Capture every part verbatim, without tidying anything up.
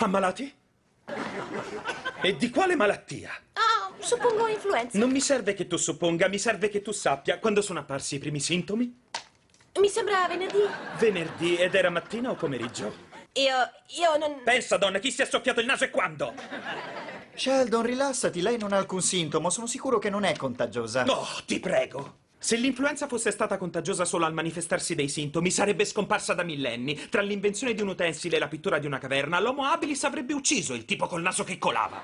Ammalati? E di quale malattia? Ah, suppongo influenza. Non mi serve che tu supponga, mi serve che tu sappia. Quando sono apparsi i primi sintomi? Mi sembra venerdì. Venerdì, ed era mattina o pomeriggio? Io... io non... Pensa, donna, chi si è soffiato il naso e quando? Sheldon, rilassati, lei non ha alcun sintomo, sono sicuro che non è contagiosa. No, ti prego. Se l'influenza fosse stata contagiosa solo al manifestarsi dei sintomi, sarebbe scomparsa da millenni. Tra l'invenzione di un utensile e la pittura di una caverna, l'Homo habilis avrebbe ucciso il tipo col naso che colava.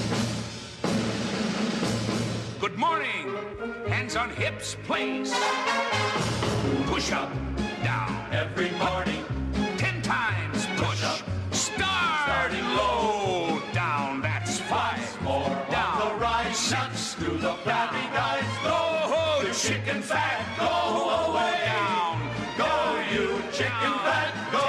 Good morning. Hands on hips, please. Push up, down. Every morning. Ten times push. Up. Start. Starting low. Down. That's five. More down. On the rise. Six. To the flabby guys. Go. Chicken fat, go away. Down. Go, you chicken fat, go.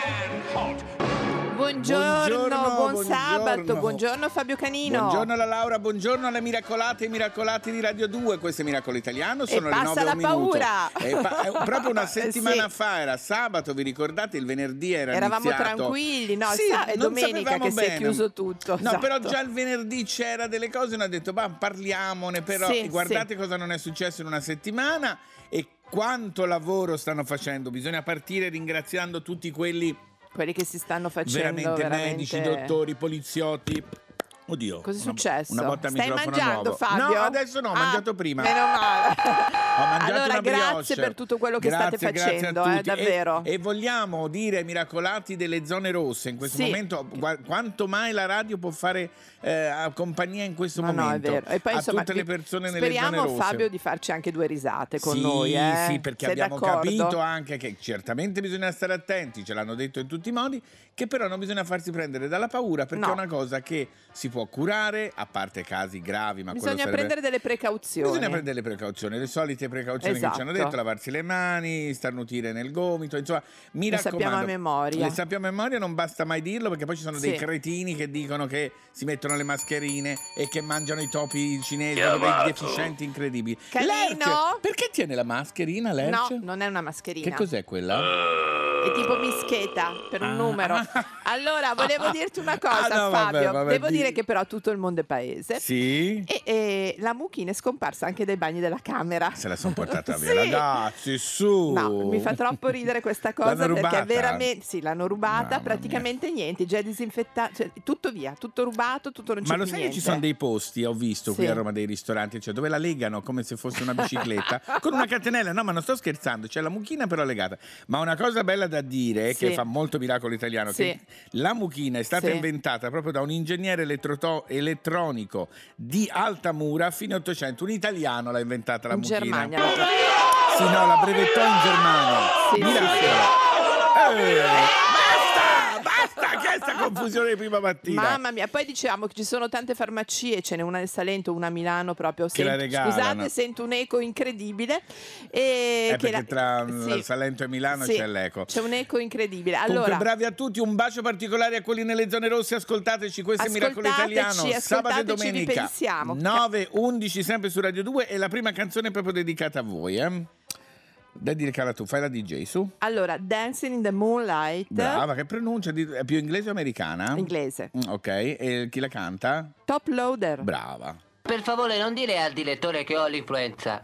Halt. Buongiorno, Buongiorno, buon buongiorno. sabato, buongiorno Fabio Canino. Buongiorno alla Laura, buongiorno alle miracolate e miracolati di Radio due. Questo è Miracolo Italiano, sono E le passa nove e la un minuto. paura. È, pa- è proprio una settimana Sì. fa, era sabato, vi ricordate? Il venerdì era Eravamo iniziato. tranquilli, no? Sì, sa- è non domenica sapevamo che si è bene. chiuso tutto. No, esatto. però già il venerdì c'era delle cose, hanno detto, ma parliamone, però Sì, guardate cosa non è successo in una settimana e quanto lavoro stanno facendo. Bisogna partire ringraziando tutti quelli Quelli che si stanno facendo veramente, veramente... medici, dottori, poliziotti. Oddio. Cosa è una- successo? Una botta a Stai microfono mangiando, nuovo. Fabio? No, adesso no, ho Ah, mangiato prima. Meno male. Ho mangiato Allora, una grazie brioche. per tutto quello che Grazie, state grazie a facendo, tutti. eh, davvero. E, e vogliamo dire ai miracolati delle zone rosse in questo Sì. momento gua- quanto mai la radio può fare eh, compagnia in questo No, no, è momento vero. E poi, a insomma, tutte le persone nelle speriamo, zone rosse. Fabio, di farci anche due risate con sì, noi. Eh? Sì, perché Sei abbiamo d'accordo? capito anche che certamente bisogna stare attenti, ce l'hanno detto in tutti i modi, che però non bisogna farsi prendere dalla paura, perché No. è una cosa che si può curare, a parte casi gravi, ma quello Bisogna serve- prendere delle precauzioni. Bisogna prendere le precauzioni, le solite precauzioni Esatto. che ci hanno detto, lavarsi le mani, starnutire nel gomito, insomma, mi Le raccomando. sappiamo a memoria. Le sappiamo a memoria, non basta mai dirlo, perché poi ci sono dei Sì. cretini che dicono che si mettono le mascherine e che mangiano i topi cinesi, dei deficienti incredibili. Canino? Lerch, perché tiene la mascherina, No, Lerch? non è una mascherina. Che cos'è quella? È tipo mischeta per un numero. Allora, volevo dirti una cosa, Ah, no, vabbè, Fabio. vabbè, Devo di- dire che però tutto il mondo è paese. Sì? E, e la mucchina è scomparsa anche dai bagni della camera. Se la sono portata via, Sì. ragazzi, su! No, mi fa troppo ridere questa cosa L'hanno perché rubata? veramente sì, l'hanno rubata, Mamma praticamente niente, già disinfettato, cioè, tutto via, tutto rubato, tutto non c'è Ma lo più sai niente. che ci sono dei posti, ho visto qui Sì. a Roma, dei ristoranti, cioè, dove la legano come se fosse una bicicletta con una catenella? No, ma non sto scherzando, c'è la mucchina però legata. Ma una cosa bella da dire, Sì. che fa molto Miracolo Italiano, Sì. che la mucchina è stata Sì. inventata proprio da un ingegnere elettroto- elettronico di Altamura a fine Ottocento. Un italiano l'ha inventata la In mucchina. Germania. Sì, no, la brevettò in Germania. Sì, sì, Miracolo. Eh, basta, basta, che è sta confusione di prima mattina. Mamma mia, poi diciamo che ci sono tante farmacie, ce n'è una nel Salento, una a Milano proprio. Che la Sento- regalano. scusate, sento un eco incredibile. E Eh, che perché la- tra sì. Salento e Milano Sì, c'è l'eco. C'è un eco incredibile. Comunque Allora, bravi a tutti, un bacio particolare a quelli nelle zone rosse, ascoltateci, questo è Miracolo Italiano, Ascoltateci, sabato e ascoltateci, domenica, ripensiamo. nove undici sempre su Radio due e la prima canzone è proprio dedicata a voi, eh? Dai dire cara tu, fai la D J su. allora, Dancing in the Moonlight, Brava, che pronuncia? Di- È più inglese o americana? inglese. Mm, ok, e chi la canta? Top Loader. Brava. Per favore non dire al direttore che ho l'influenza.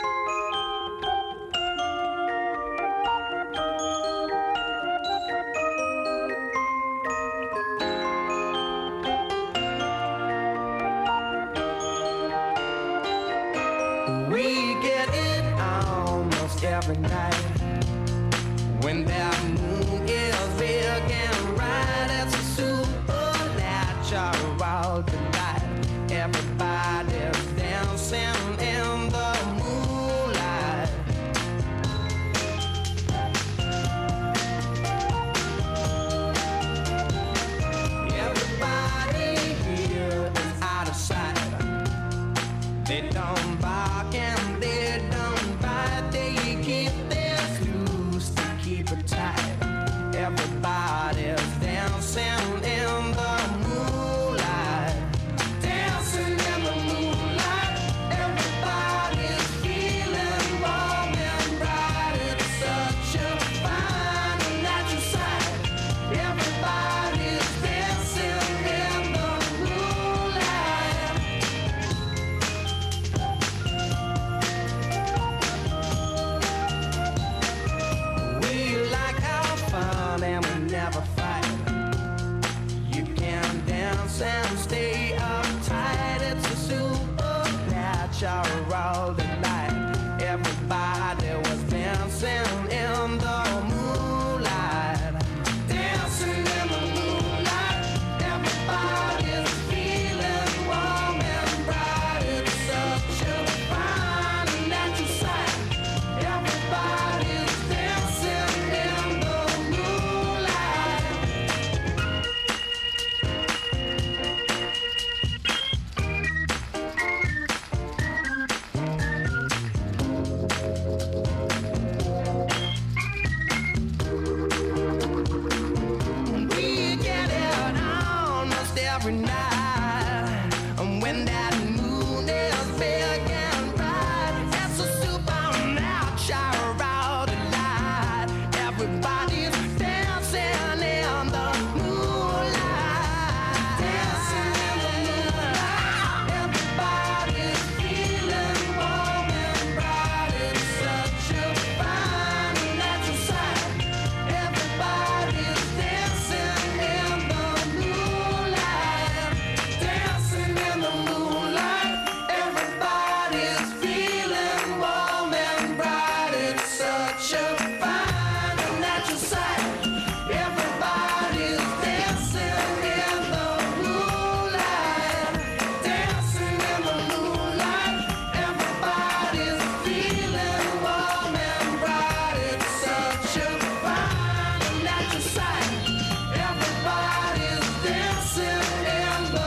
We get it almost every night when that moon is big and bright. It's a supernatural delight. Everybody's dancing in the moonlight. Everybody here is out of sight. They don't bark and they don't bite. They keep their loose to keep it tight. dance and stay uptight. It's a supernatural delight. Everybody was dancing in the moonlight. Dancing in the moonlight. Everybody's feeling warm and bright. It's such a fine and natural sight. Everybody's dancing in the moonlight. We get it almost every night. And when that moon is big and bright, it's a supernatural delight. Everybody's dancing in the moonlight. Dancing in the moonlight. Everybody's feeling warm and bright. It's such a fine and natural sight. Everybody's dancing in the moonlight. Dancing in the moonlight. Everybody's feeling warm and bright. It's such a fine and natural sight. Everybody's dancing in the moonlight. Dancing in the moonlight. Everybody's feeling warm and bright. It's such a fine and natural sight. Everybody's dancing in the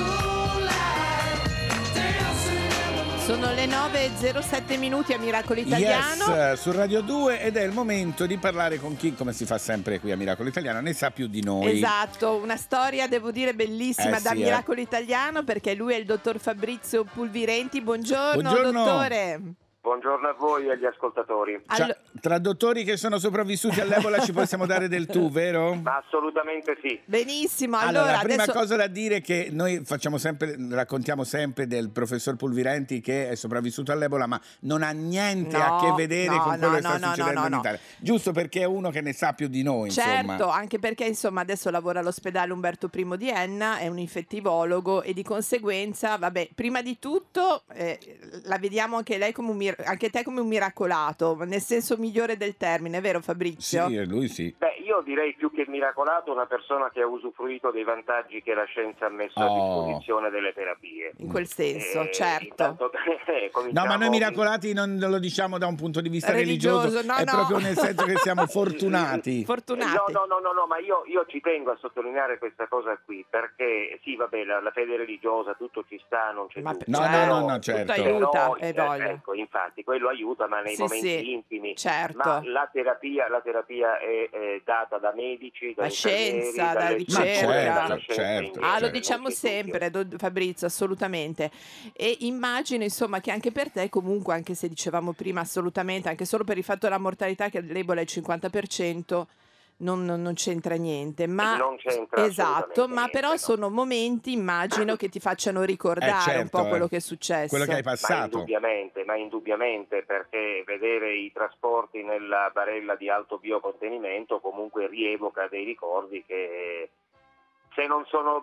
moonlight. Dancing in the Sono le nove e zero sette minuti a Miracolo Italiano. Yes, su Radio due, ed è il momento di parlare con chi, come si fa sempre qui a Miracolo Italiano, ne sa più di noi. Esatto, una storia devo dire bellissima Eh da sì, eh. Miracolo Italiano, perché lui è il dottor Fabrizio Pulvirenti. Buongiorno, Buongiorno. dottore. Buongiorno a voi e agli ascoltatori. Cioè, Allo- tra dottori che sono sopravvissuti all'Ebola ci possiamo dare del tu, vero? Assolutamente sì. Benissimo, Allora, allora, la prima adesso cosa da dire è che noi facciamo sempre, raccontiamo sempre del professor Pulvirenti che è sopravvissuto all'Ebola, ma non ha niente No, a che vedere no, con quello no, che sta no, no, succedendo no, in no. Italia. Giusto perché è uno che ne sa più di noi, certo, insomma. anche perché insomma adesso lavora all'ospedale Umberto I di Enna, è un infettivologo e di conseguenza, vabbè, prima di tutto eh, la vediamo anche lei come un mir- anche te come un miracolato, nel senso migliore del termine, vero Fabrizio? Sì, lui sì. Beh, io direi più che miracolato una persona che ha usufruito dei vantaggi che la scienza ha messo a Oh. disposizione delle terapie. In quel senso, Eh, certo. intanto, eh, No, cominciamo- ma noi miracolati non lo diciamo da un punto di vista Religioso, religioso, no, è no. proprio nel senso che siamo fortunati. Fortunati. No, no, no, no, no, ma io, io ci tengo a sottolineare questa cosa qui, perché sì, vabbè, la, la fede religiosa, tutto ci sta, non c'è Ma dubbio. No, Certo, no, no, no, tutto certo. aiuta, Però, e eh, voglia. ecco, infatti, quello aiuta, ma nei Sì, momenti sì, intimi. certo. Ma la terapia, la terapia è, è data da medici, da La infermieri, scienza, la dalle ricerca. strutture, dalla certo, scienza certo, in Ah, genere, lo certo. diciamo non c'è sempre, dubbio. do- Fabrizio, assolutamente. E immagino, insomma, che anche per te, comunque, anche se dicevamo prima, assolutamente, anche solo per il fatto della mortalità, che l'Ebola è il cinquanta per cento, non, non- non c'entra niente. Ma Non c'entra esatto, assolutamente ma però niente, no. sono momenti, immagino, che ti facciano ricordare Eh, certo, un po' quello eh. che è successo. Quello che hai Ma passato. indubbiamente, ma indubbiamente, perché vedere i trasporti nella barella di alto biocontenimento comunque rievoca dei ricordi che, se non sono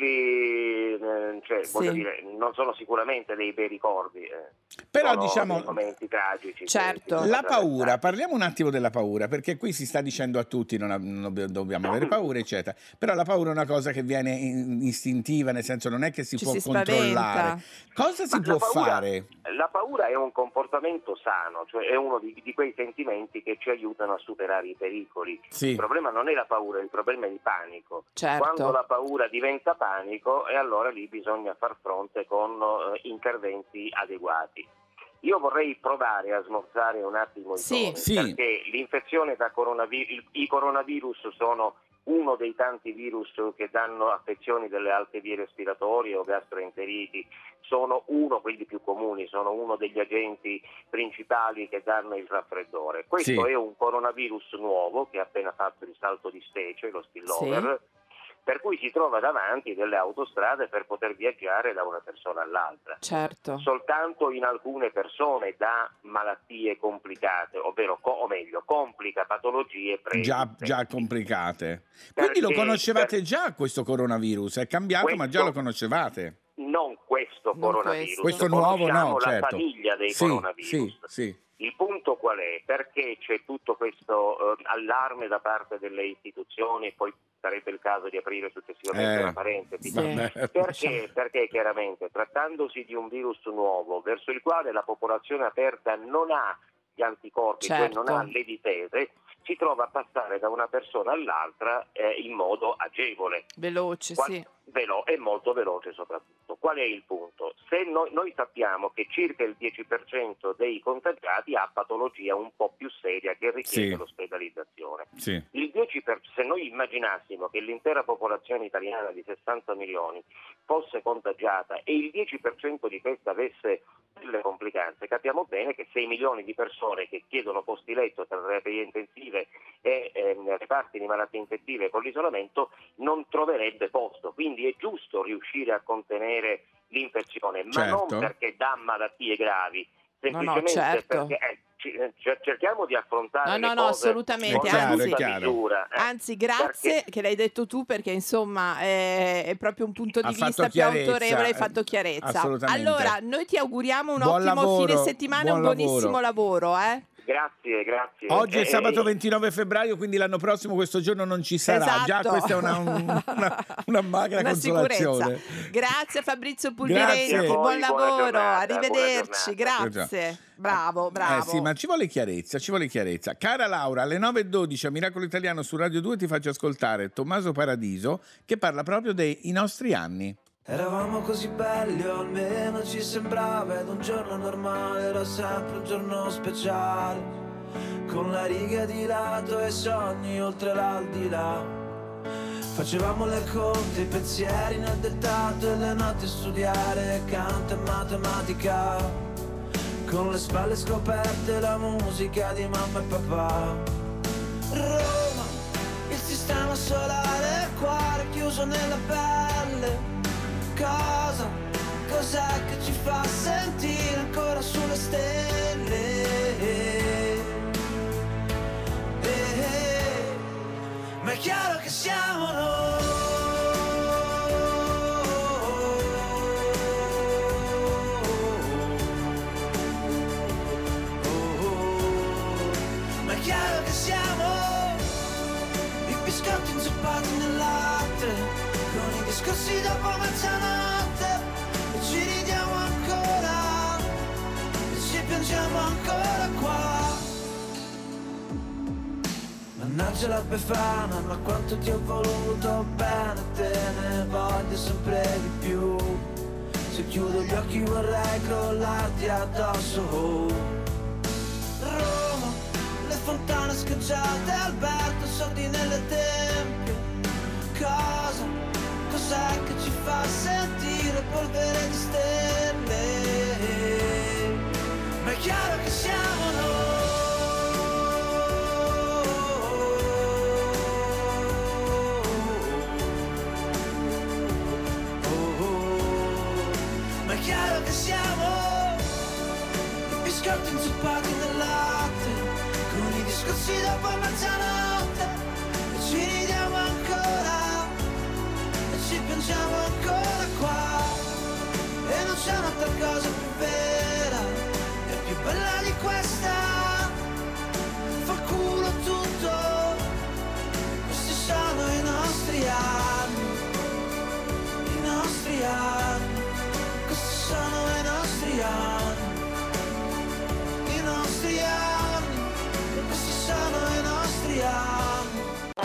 belli, eh, cioè, Sì. voglio dire, non sono sicuramente dei bei ricordi. eh. Però Sono diciamo, dei momenti tragici. che Certo. bisogna la paura, attraversare. parliamo un attimo della paura, perché qui si sta dicendo a tutti non, non dobb- dobbiamo avere paura, eccetera. Però la paura è una cosa che viene in- istintiva, nel senso non è che si Ci può si controllare. spaventa. Cosa si Ma può la paura- fare? La paura è un comportamento sano, cioè è uno di, di quei sentimenti che ci aiutano a superare i pericoli. Sì. Il problema non è la paura, il problema è il panico. Certo. Quando la paura diventa panico, e allora lì bisogna far fronte con eh, interventi adeguati. Io vorrei provare a smorzare un attimo i Sì. toni, Sì. perché l'infezione da coronavirus, i coronavirus sono uno dei tanti virus che danno affezioni delle alte vie respiratorie o gastroenteriti, sono uno, quelli più comuni, sono uno degli agenti principali che danno il raffreddore. Questo Sì. è un coronavirus nuovo che ha appena fatto il salto di specie, lo spillover, per cui si trova davanti delle autostrade per poter viaggiare da una persona all'altra. Certo. Soltanto in alcune persone dà malattie complicate, ovvero, co- o meglio, complica patologie pre- Già, già complicate. Quindi lo Perché- conoscevate per- già questo coronavirus? È cambiato, ma già Questo- lo conoscevate? Non questo Non coronavirus, Questo nuovo conosciamo no, la certo. famiglia dei Sì, coronavirus. sì, sì. Il punto qual è? Perché c'è tutto questo eh, allarme da parte delle istituzioni, e poi sarebbe il caso di aprire successivamente Eh, una parentesi. vabbè. Perché? Perché chiaramente trattandosi di un virus nuovo verso il quale la popolazione aperta non ha gli anticorpi, cioè Certo. non ha le difese, si trova a passare da una persona all'altra eh, in modo agevole. Veloce, Qual- sì. velo- e molto veloce soprattutto. Qual è il punto? Se noi, noi sappiamo che circa il dieci per cento dei contagiati ha patologia un po' più seria che richiede Sì. l'ospedalizzazione. Sì. Il dieci per cento, se noi immaginassimo che l'intera popolazione italiana di sessanta milioni fosse contagiata e il dieci per cento di questa avesse delle complicanze, capiamo bene che sei milioni di persone che chiedono posti letto tra terapie intensive e ehm, reparti di malattie infettive con l'isolamento non troverebbe posto. Quindi è giusto riuscire a contenere l'infezione, ma Certo. non perché dà malattie gravi, No, no, semplicemente certo. perché eh, ci- eh, cer- cerchiamo di affrontare No, le no, no, cose assolutamente, con chiaro, giusta è chiaro. misura, eh. Anzi, grazie Perché- che l'hai detto tu, perché insomma è, è proprio un punto di Ha vista fatto più chiarezza, autorevole, hai eh, fatto chiarezza. assolutamente. Allora, noi ti auguriamo un Buon ottimo lavoro, fine settimana, buon un buonissimo lavoro. lavoro, eh? Grazie, grazie. Oggi è Eh, sabato eh, ventinove febbraio, quindi l'anno prossimo questo giorno non ci sarà. Esatto. Già questa è una, un- una, una magra Una consolazione. sicurezza. Grazie Fabrizio Grazie a Pulvirenti, voi, buon buona lavoro, giornata, arrivederci, buona grazie. Bravo, bravo. Eh sì, ma ci vuole chiarezza, ci vuole chiarezza. Cara Laura, alle nove e dodici a Miracolo Italiano su Radio due ti faccio ascoltare Tommaso Paradiso che parla proprio dei i nostri anni. Eravamo così belli, o almeno ci sembrava, ed un giorno normale era sempre un giorno speciale, con la riga di lato e sogni oltre l'aldilà. Facevamo le conte, i pensieri nel dettato e le notti a studiare canto e matematica, con le spalle scoperte la musica di mamma e papà. Roma, il sistema solare, il cuore chiuso nella pelle. Cosa, cos'è che ci fa sentire ancora sulle stelle? Eh, eh, ma è chiaro che siamo noi. Ma è chiaro che siamo i biscotti inzuppati nel latte, con i discorsi dopo mezzanotte, e ci ridiamo ancora, e ci piangiamo ancora qua. Mannaggia la Befana, ma quanto ti ho voluto bene, te ne voglio sempre di più. Se chiudo gli occhi vorrei crollarti addosso. Roma, le fontane scacciate, Alberto, soldi nelle tempie. Cosa, cos'è che ci fa sentire polvere di stelle? Ma è chiaro che siamo noi. Ma è chiaro che siamo i biscotti inzuppati nel latte, con i discorsi dopo mezzanotte, e ci ridiamo ancora, e ci piangiamo ancora qua. E non c'è un'altra cosa più vera e più bella di questa. Fa culo tutto, questi sono i nostri anni, i nostri anni. Questi sono i nostri anni, i nostri anni, questi sono i nostri anni.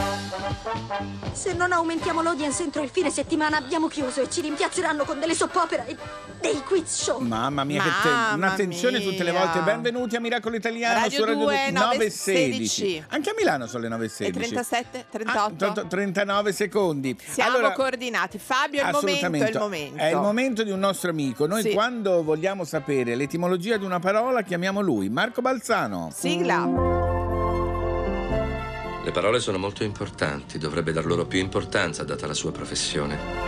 Se non aumentiamo l'audience entro il fine settimana abbiamo chiuso e ci rimpiazzeranno con delle soap opera e dei quiz show. Mamma mia, che te- Mamma un'attenzione tutte le mia. volte. Benvenuti a Miracolo Italiano Radio su Radio due, nove e sedici. sedici. Anche a Milano sono le nove e E sedici. trentasette, Ah, trentotto. t- trentanove secondi. Siamo Allora, coordinati. Fabio, è il momento, è il momento. È il momento di un nostro amico. Noi Sì. quando vogliamo sapere l'etimologia di una parola chiamiamo lui, Marco Balzano. Sigla. Le parole sono molto importanti, dovrebbe dar loro più importanza data la sua professione.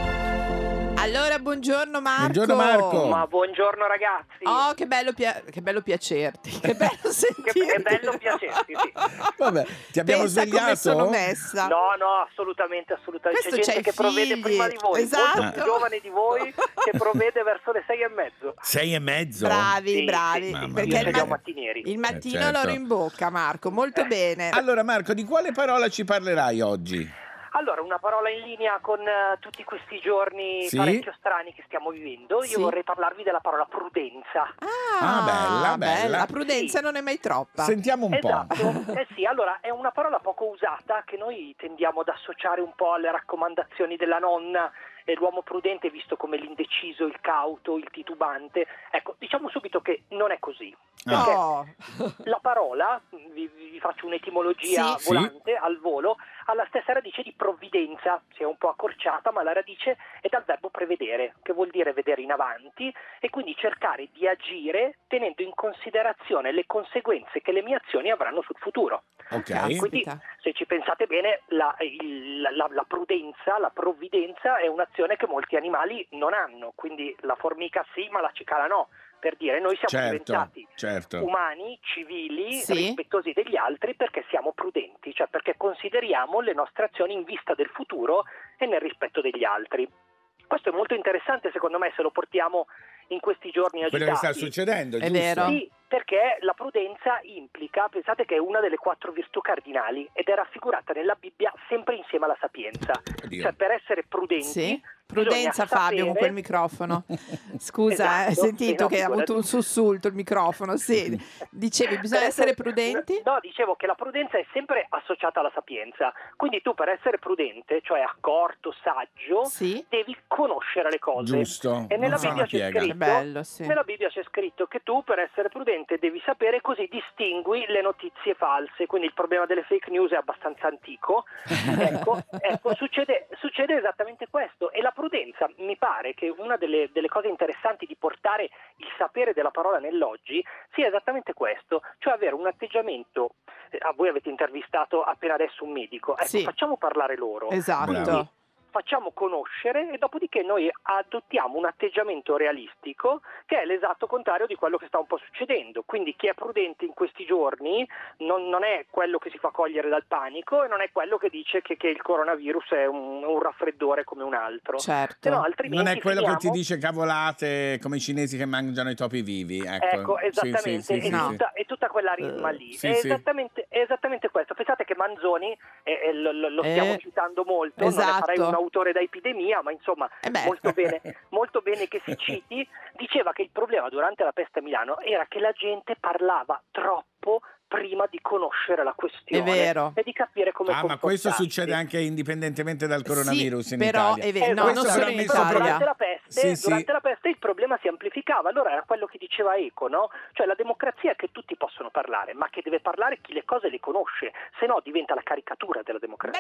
Allora, buongiorno Marco. Buongiorno Marco. Ma buongiorno ragazzi. Oh, che bello, pia- che bello piacerti. Che bello sentirti. Che è bello piacerti, sì. Vabbè, ti abbiamo Pensa svegliato? come sono messa. No, no, assolutamente, assolutamente. Questo C'è gente c'ha i che provvede figli. prima di voi, Esatto. molto più giovane di voi, che provvede verso le sei e mezzo. Sei e mezzo? Bravi, Sì, bravi. sì, Mamma perché mia. il, Siamo ma- mattinieri. il mattino Eh, certo. l'oro in bocca, Marco. Molto bene. Allora Marco, di quale parola ci parlerai oggi? Allora, una parola in linea con uh, tutti questi giorni Sì? parecchio strani che stiamo vivendo. Io Sì. vorrei parlarvi della parola prudenza. Ah, Ah, bella, bella. La prudenza Sì. non è mai troppa. Sentiamo un Esatto, po'. eh sì, allora è una parola poco usata che noi tendiamo ad associare un po' alle raccomandazioni della nonna, e l'uomo prudente visto come l'indeciso, il cauto, il titubante. Ecco, diciamo subito che non è così. Perché Oh. la parola, vi, vi faccio un'etimologia Sì. volante al volo, ha la stessa radice di provvidenza, si è un po' accorciata, ma la radice è dal verbo prevedere, che vuol dire vedere in avanti e quindi cercare di agire tenendo in considerazione le conseguenze che le mie azioni avranno sul futuro. Ok. Quindi, se ci pensate bene, la, il- la- la prudenza, la provvidenza è un'azione che molti animali non hanno, quindi la formica sì, ma la cicala no. Per dire, noi siamo Certo, diventati certo. umani, civili, Sì. rispettosi degli altri perché siamo prudenti, cioè perché consideriamo le nostre azioni in vista del futuro e nel rispetto degli altri. Questo è molto interessante secondo me se lo portiamo in questi giorni agitati. Quello che sta succedendo, È giusto? vero. Sì, perché la prudenza implica, pensate che è una delle quattro virtù cardinali ed è raffigurata nella Bibbia sempre insieme alla sapienza. Oddio. Cioè per essere prudenti Sì. Prudenza bisogna Fabio con sapere- quel microfono. Scusa, Esatto, hai sentito sì, no, che ha avuto un figurati. sussulto il microfono. Sì. Dicevi, bisogna Per essere prudenti? No, dicevo che la prudenza è sempre associata alla sapienza. Quindi tu per essere prudente, cioè accorto, saggio, Sì. devi conoscere le cose. Giusto. E nella Non fa Bibbia una c'è piega. scritto, Che bello, sì. nella Bibbia c'è scritto che tu per essere prudente devi sapere, così distingui le notizie false. Quindi il problema delle fake news è abbastanza antico. ecco, ecco succede, succede esattamente questo. E la prudenza mi pare che una delle, delle cose interessanti di portare il sapere della parola nell'oggi sia esattamente questo, cioè avere un atteggiamento. eh, A voi avete intervistato appena adesso un medico, ecco, Sì. facciamo parlare loro. Esatto. Bravo. Facciamo conoscere e dopodiché noi adottiamo un atteggiamento realistico che è l'esatto contrario di quello che sta un po' succedendo. Quindi chi è prudente in questi giorni non, non è quello che si fa cogliere dal panico e non è quello che dice che, che il coronavirus è un, un raffreddore come un altro. Certo. Se no, altrimenti Non è quello finiamo- che ti dice cavolate come i cinesi che mangiano i topi vivi. Ecco, Ecco, Sì, esattamente, sì, sì, è, sì, tutta, è tutta quella risma Eh, lì. sì, è, sì. esattamente, è esattamente questo. Pensate che Manzoni, eh, eh, lo, lo- lo Eh, stiamo citando molto, non ne farei esatto. un autore da epidemia, ma insomma Eh beh. molto bene, molto bene che si citi, diceva che il problema durante la peste a Milano era che la gente parlava troppo prima di conoscere la questione È vero. e di capire come Ah, ma questo comportarsi. succede anche indipendentemente dal coronavirus Sì, in però Italia. è vero. Eh, No, questo non però solo in messo però Italia. durante la peste, Sì, sì. durante la peste il problema si amplificava, allora era quello che diceva Eco, no? Cioè la democrazia è che tutti possono parlare, ma che deve parlare chi le cose le conosce, se no diventa la caricatura della democrazia.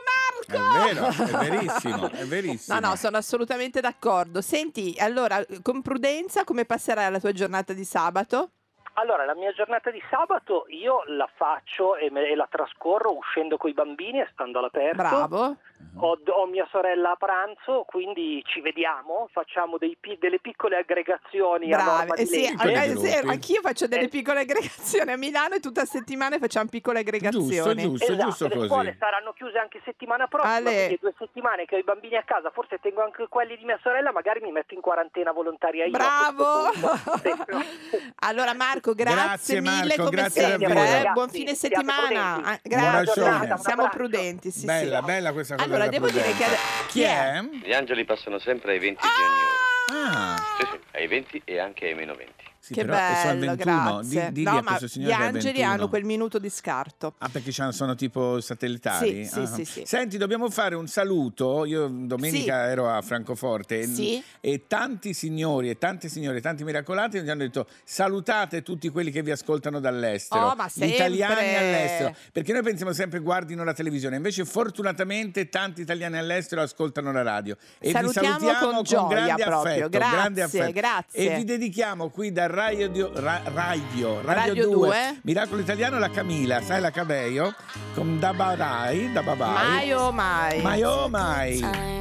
Bravo È Marco! vero, è verissimo, è verissimo. No, no, sono assolutamente d'accordo. Senti, allora, con prudenza, come passerai la tua giornata di sabato? Allora, la mia giornata di sabato io la faccio e, me- e la trascorro uscendo coi bambini e stando all'aperto. Bravo. Ho, ho mia sorella a pranzo, quindi ci vediamo, facciamo dei pi- delle piccole aggregazioni a Bravi. norma Eh di sì, legge. eh, gruppi. sì, anch'io faccio delle Eh. piccole aggregazioni a Milano e tutta la settimana facciamo piccole aggregazioni. Giusto, Esatto, giusto le così. scuole saranno chiuse anche settimana prossima, Ale. quindi due settimane che ho i bambini a casa, forse tengo anche quelli di mia sorella, magari mi metto in quarantena volontaria io. a Bravo! questo punto. Sì. Allora Marco, grazie, Grazie, mille Marco, come grazie sempre. davvero. eh. Ragazzi, Buon fine siate settimana. prudenti. Ah, Buona grazie. giornata, un Siamo abbraccio. prudenti, sì, bella, sì. bella questa cosa Allora, della devo dire prudenza. che Chi è? Gli angeli passano sempre ai venti di ogni ora. Ah, Sì, sì, ai venti e anche ai meno venti. sì, che però sono al bello, ventuno. grazie. Di- digli no, a ma questo gli signore che è angeli ventuno. hanno quel minuto di scarto. Ah, perché c'hanno- sono tipo satellitari? Sì, sì, Ah. sì, sì. Senti, dobbiamo fare un saluto. Io domenica Sì. ero a Francoforte e- Sì. e tanti signori e tante signore, tanti miracolati mi hanno detto salutate tutti quelli che vi ascoltano dall'estero, Oh, ma gli italiani sempre. all'estero, perché noi pensiamo sempre guardino la televisione, invece fortunatamente tanti italiani all'estero ascoltano la radio e Salutiamo vi salutiamo con gioia grande proprio. affetto, Grazie, grande affetto. grazie. E vi dedichiamo qui da Radio, Ra- Radio, Radio, Radio due. due. Miracolo Italiano, la Camila, sai la Cabello, con Dabarai, Dababai. Mai oh mai. Mai oh mai.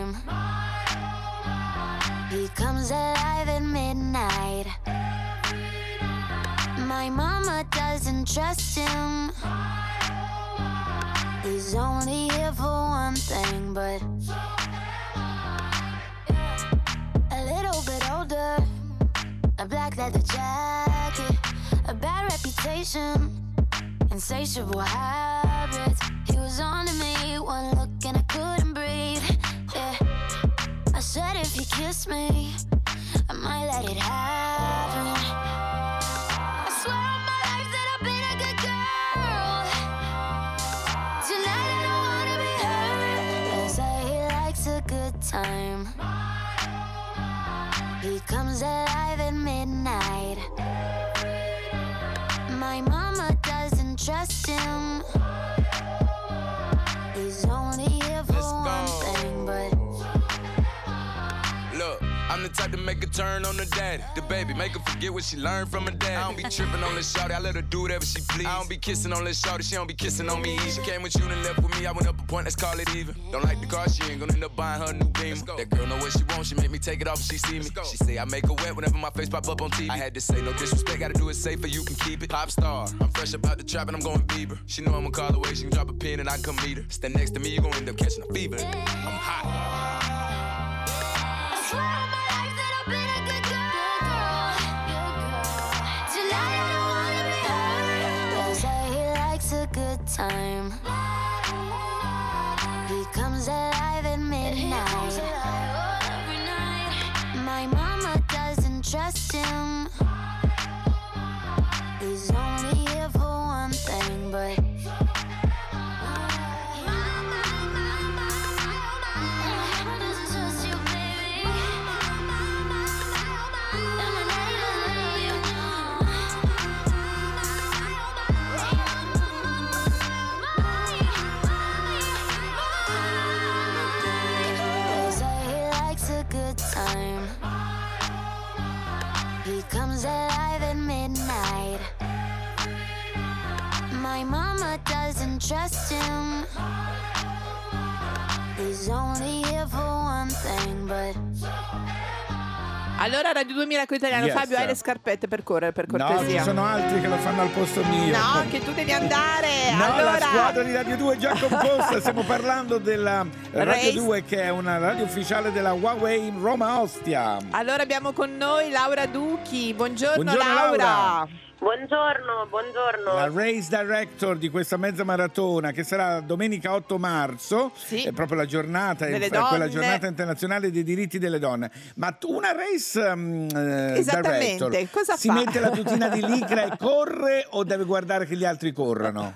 He comes alive at midnight. My mama doesn't trust him. He's only here for one thing, but a little bit older, a black leather jacket, a bad reputation, insatiable habits. He was on to me, one look and I couldn't breathe. Yeah, I said if you kiss me, I might let it happen. I swear on my life that I've been a good girl. Tonight I don't wanna be hurt. They say he likes a good time. He comes alive at midnight. My mama doesn't trust him. He's only here for one thing, but look, I'm the type to make a turn on the daddy. The baby, make her forget what she learned from her dad. I don't be tripping on this shawty, I let her do whatever she please. I don't be kissing on this shawty, she don't be kissing on me. She came with you and left with me, I went up a point, let's call it even. Don't like the car, she ain't gonna end up buying her a new beam. That girl know what she wants, she make me take it off if she see me. She say I make her wet whenever my face pop up on T V. I had to say no disrespect, gotta do it safer, you can keep it. Pop star, I'm fresh about the trap and I'm going Bieber. She know I'ma call away, she can drop a pin and I can come meet her. Stand next to me, you gon' end up catching a fever. I'm hot. Good time. He comes alive at midnight. My mama doesn't trust him. He's only here for one thing, but time. He comes alive at midnight. My mama doesn't trust him. He's only here for one thing, but Allora Radio due Miracolo Italiano, Yes. Fabio, hai le scarpette per correre, per No, cortesia? ci sono altri che lo fanno al posto mio. No, che tu devi andare. No, allora... la squadra di Radio due è già composta. Stiamo parlando della Radio Race. due, che è una radio ufficiale della Huawei in Roma Ostia. Allora abbiamo con noi Laura Duchi. Buongiorno, Buongiorno, Laura. Laura. Buongiorno, buongiorno. La race director di questa mezza maratona, che sarà domenica otto marzo, Sì. è proprio la giornata, Delle è quella donne. giornata internazionale dei diritti delle donne. Ma tu una race um, eh, Esattamente, director cosa si fa? mette la tutina di licra e corre, o deve guardare che gli altri corrano?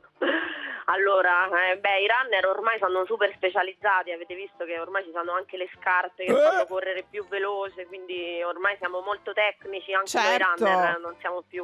Allora, eh, beh, i runner ormai sono super specializzati, avete visto che ormai ci sono anche le scarpe che Eh. fanno correre più veloce, quindi ormai siamo molto tecnici, anche Certo. noi runner non siamo più...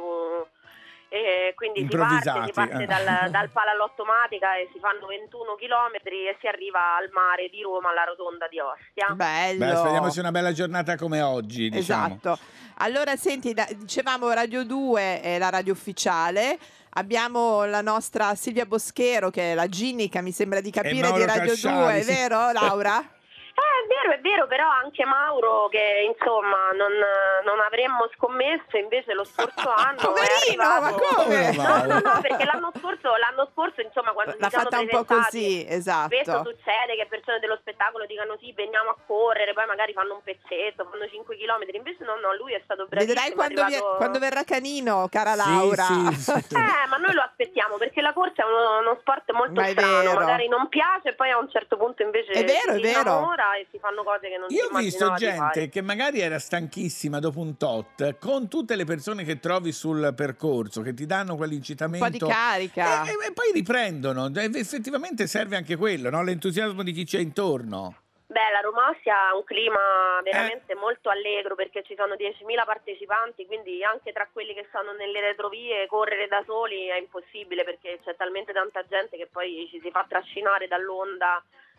E quindi si parte, Improvvisati, si parte eh. dal, dal palalottomatica e si fanno ventuno chilometri e si arriva al mare di Roma, alla rotonda di Ostia. Bello. Beh, speriamo sia una bella giornata come oggi, diciamo. Esatto. Allora, senti, da- dicevamo Radio due è la radio ufficiale. Abbiamo la nostra Silvia Boschero, che è la ginica, mi sembra di capire, Mauro di Radio Casciari, due, è sì. vero, Laura? Eh, è vero, è vero, però anche Mauro che insomma non, non avremmo scommesso, invece lo scorso anno è Poverino, arrivato... ma come? No, no, no, perché l'anno scorso, l'anno scorso insomma quando L'ha ci siamo fatta un po' presentati, così, esatto. spesso succede che persone dello spettacolo dicano sì, veniamo a correre, poi magari fanno un pezzetto, fanno cinque chilometri, invece no, no, lui è stato bravissimo. Vedrai quando, è vi- arrivato... quando verrà Canino, cara Sì, Laura. sì, sì. Eh, ma noi lo aspettiamo perché la corsa è uno, uno sport molto Ma è strano, vero. magari non piace, poi a un certo punto invece È vero, si è vero. innamora e si fanno cose che non Io si ho visto immaginava di fare. gente che magari era stanchissima dopo un tot, con tutte le persone che trovi sul percorso, che ti danno Un quell'incitamento po' di carica. e, e- e poi riprendono. E effettivamente serve anche quello, no? L'entusiasmo di chi c'è intorno. Beh, la Roma Ostia ha un clima veramente Eh. molto allegro perché ci sono diecimila partecipanti, quindi anche tra quelli che stanno nelle retrovie correre da soli è impossibile perché c'è talmente tanta gente che poi ci si fa trascinare dall'onda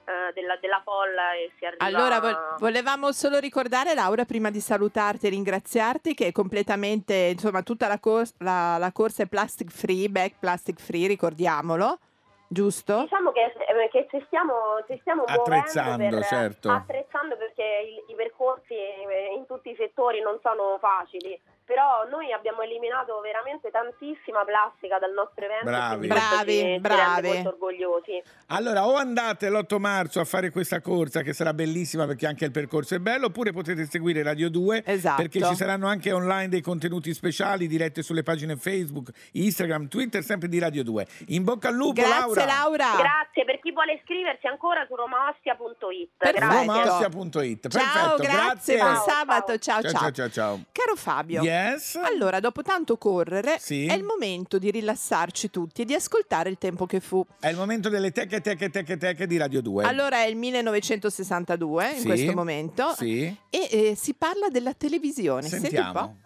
eh, della, della folla e si arriva... Allora, vo- volevamo solo ricordare, Laura, prima di salutarti e ringraziarti, che è completamente, insomma, tutta la, cor- la, la corsa è plastic free, back plastic free, ricordiamolo, giusto? Diciamo che, eh, che ci stiamo, ci stiamo Attrezzando, muovendo per, certo. attrezzando perché i, i percorsi eh, in tutti i settori non sono facili. Però noi abbiamo eliminato veramente tantissima plastica dal nostro evento. Bravi. Bravi, ci, ci bravi. rende molto orgogliosi. Allora, o andate l'otto marzo a fare questa corsa che sarà bellissima perché anche il percorso è bello, oppure potete seguire Radio due, Esatto. perché ci saranno anche online dei contenuti speciali dirette sulle pagine Facebook, Instagram, Twitter, sempre di Radio due. In bocca al lupo, Grazie, Laura. Laura. Grazie, per chi vuole iscriversi ancora su romaostia punto it. Perfetto. Grazie. romaostia punto it. Ciao, Perfetto, grazie, buon sabato, ciao Ciao, ciao. ciao, ciao, ciao. Caro Fabio, Yes? allora dopo tanto correre Sì. è il momento di rilassarci tutti e di ascoltare Il tempo che fu. È il momento delle teche, teche, teche, teche di Radio due. Allora è il millenovecentosessantadue in Sì, questo momento sì. e eh, si parla della televisione. Senti un po'.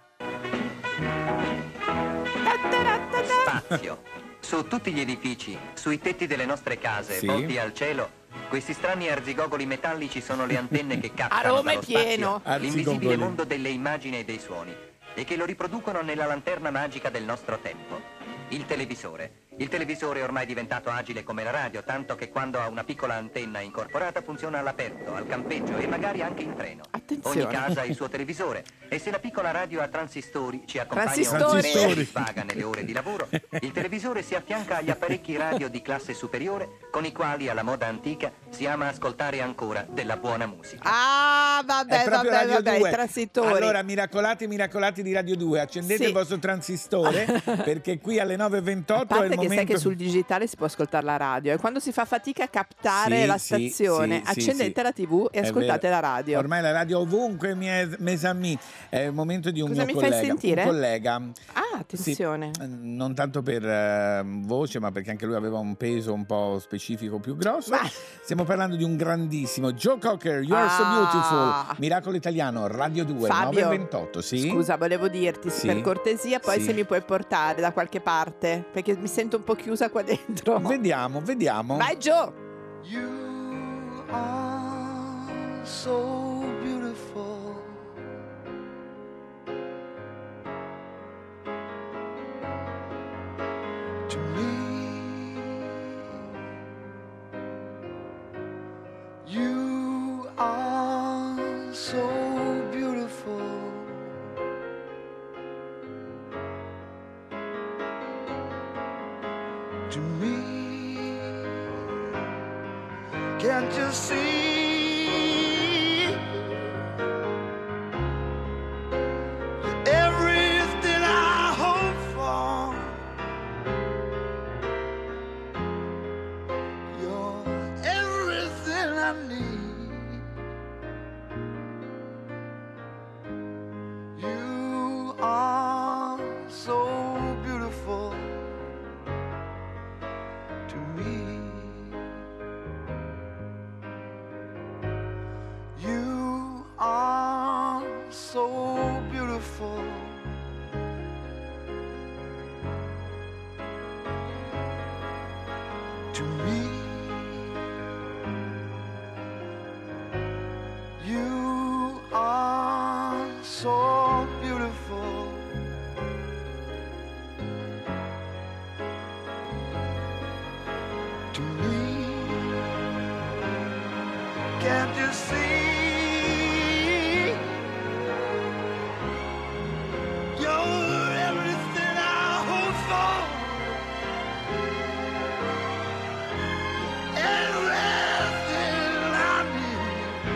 Sentiamo. Spazio. Su tutti gli edifici, sui tetti delle nostre case, Sì. volti al cielo, questi strani arzigogoli metallici sono le antenne che captano A Roma è dallo pieno. spazio l'invisibile Arzigogoli. mondo delle immagini e dei suoni e che lo riproducono nella lanterna magica del nostro tempo. Il televisore. Il televisore è ormai diventato agile come la radio, tanto che quando ha una piccola antenna incorporata funziona all'aperto, al campeggio e magari anche in treno. Attenzione. Ogni casa ha il suo televisore e se la piccola radio a transistori ci accompagna Transistori. o ci svaga nelle ore di lavoro, il televisore si affianca agli apparecchi radio di classe superiore con i quali alla moda antica si ama ascoltare ancora della buona musica. Ah, È vabbè, proprio vabbè, Radio vabbè, due. i transitori. Allora, miracolati, miracolati di Radio due, accendete Sì. il vostro transistore perché qui alle nove e A ventotto è parte il che momento. sai che sul digitale si può ascoltare la radio e quando si fa fatica a captare Sì, la sì, stazione, sì, sì, accendete sì. la tivù e È ascoltate vero. la radio. Ormai la radio ovunque, mes, mes amis. È il momento di un Cosa mio mi fai collega. sentire? Un collega. Ah, attenzione. Sì, non tanto per eh, voce, ma perché anche lui aveva un peso un po' specifico più grosso. Ma- Stiamo parlando di un grandissimo Joe Cocker, You Are So Ah. Beautiful, Miracolo Italiano, Radio due, Fabio, nove e ventotto, sì? Scusa, volevo dirti, Sì. per cortesia, poi Sì. se mi puoi portare da qualche parte, perché mi sento un po' chiusa qua dentro. Vediamo, vediamo. Vai Joe! You are so beautiful. To me, you are so beautiful. To me, can't you see? You're everything I hope for. You're everything I need. You are so beautiful to me. You are so beautiful. To me, you are so beautiful. To me, can't you see? You're everything I hope for. Everything I need.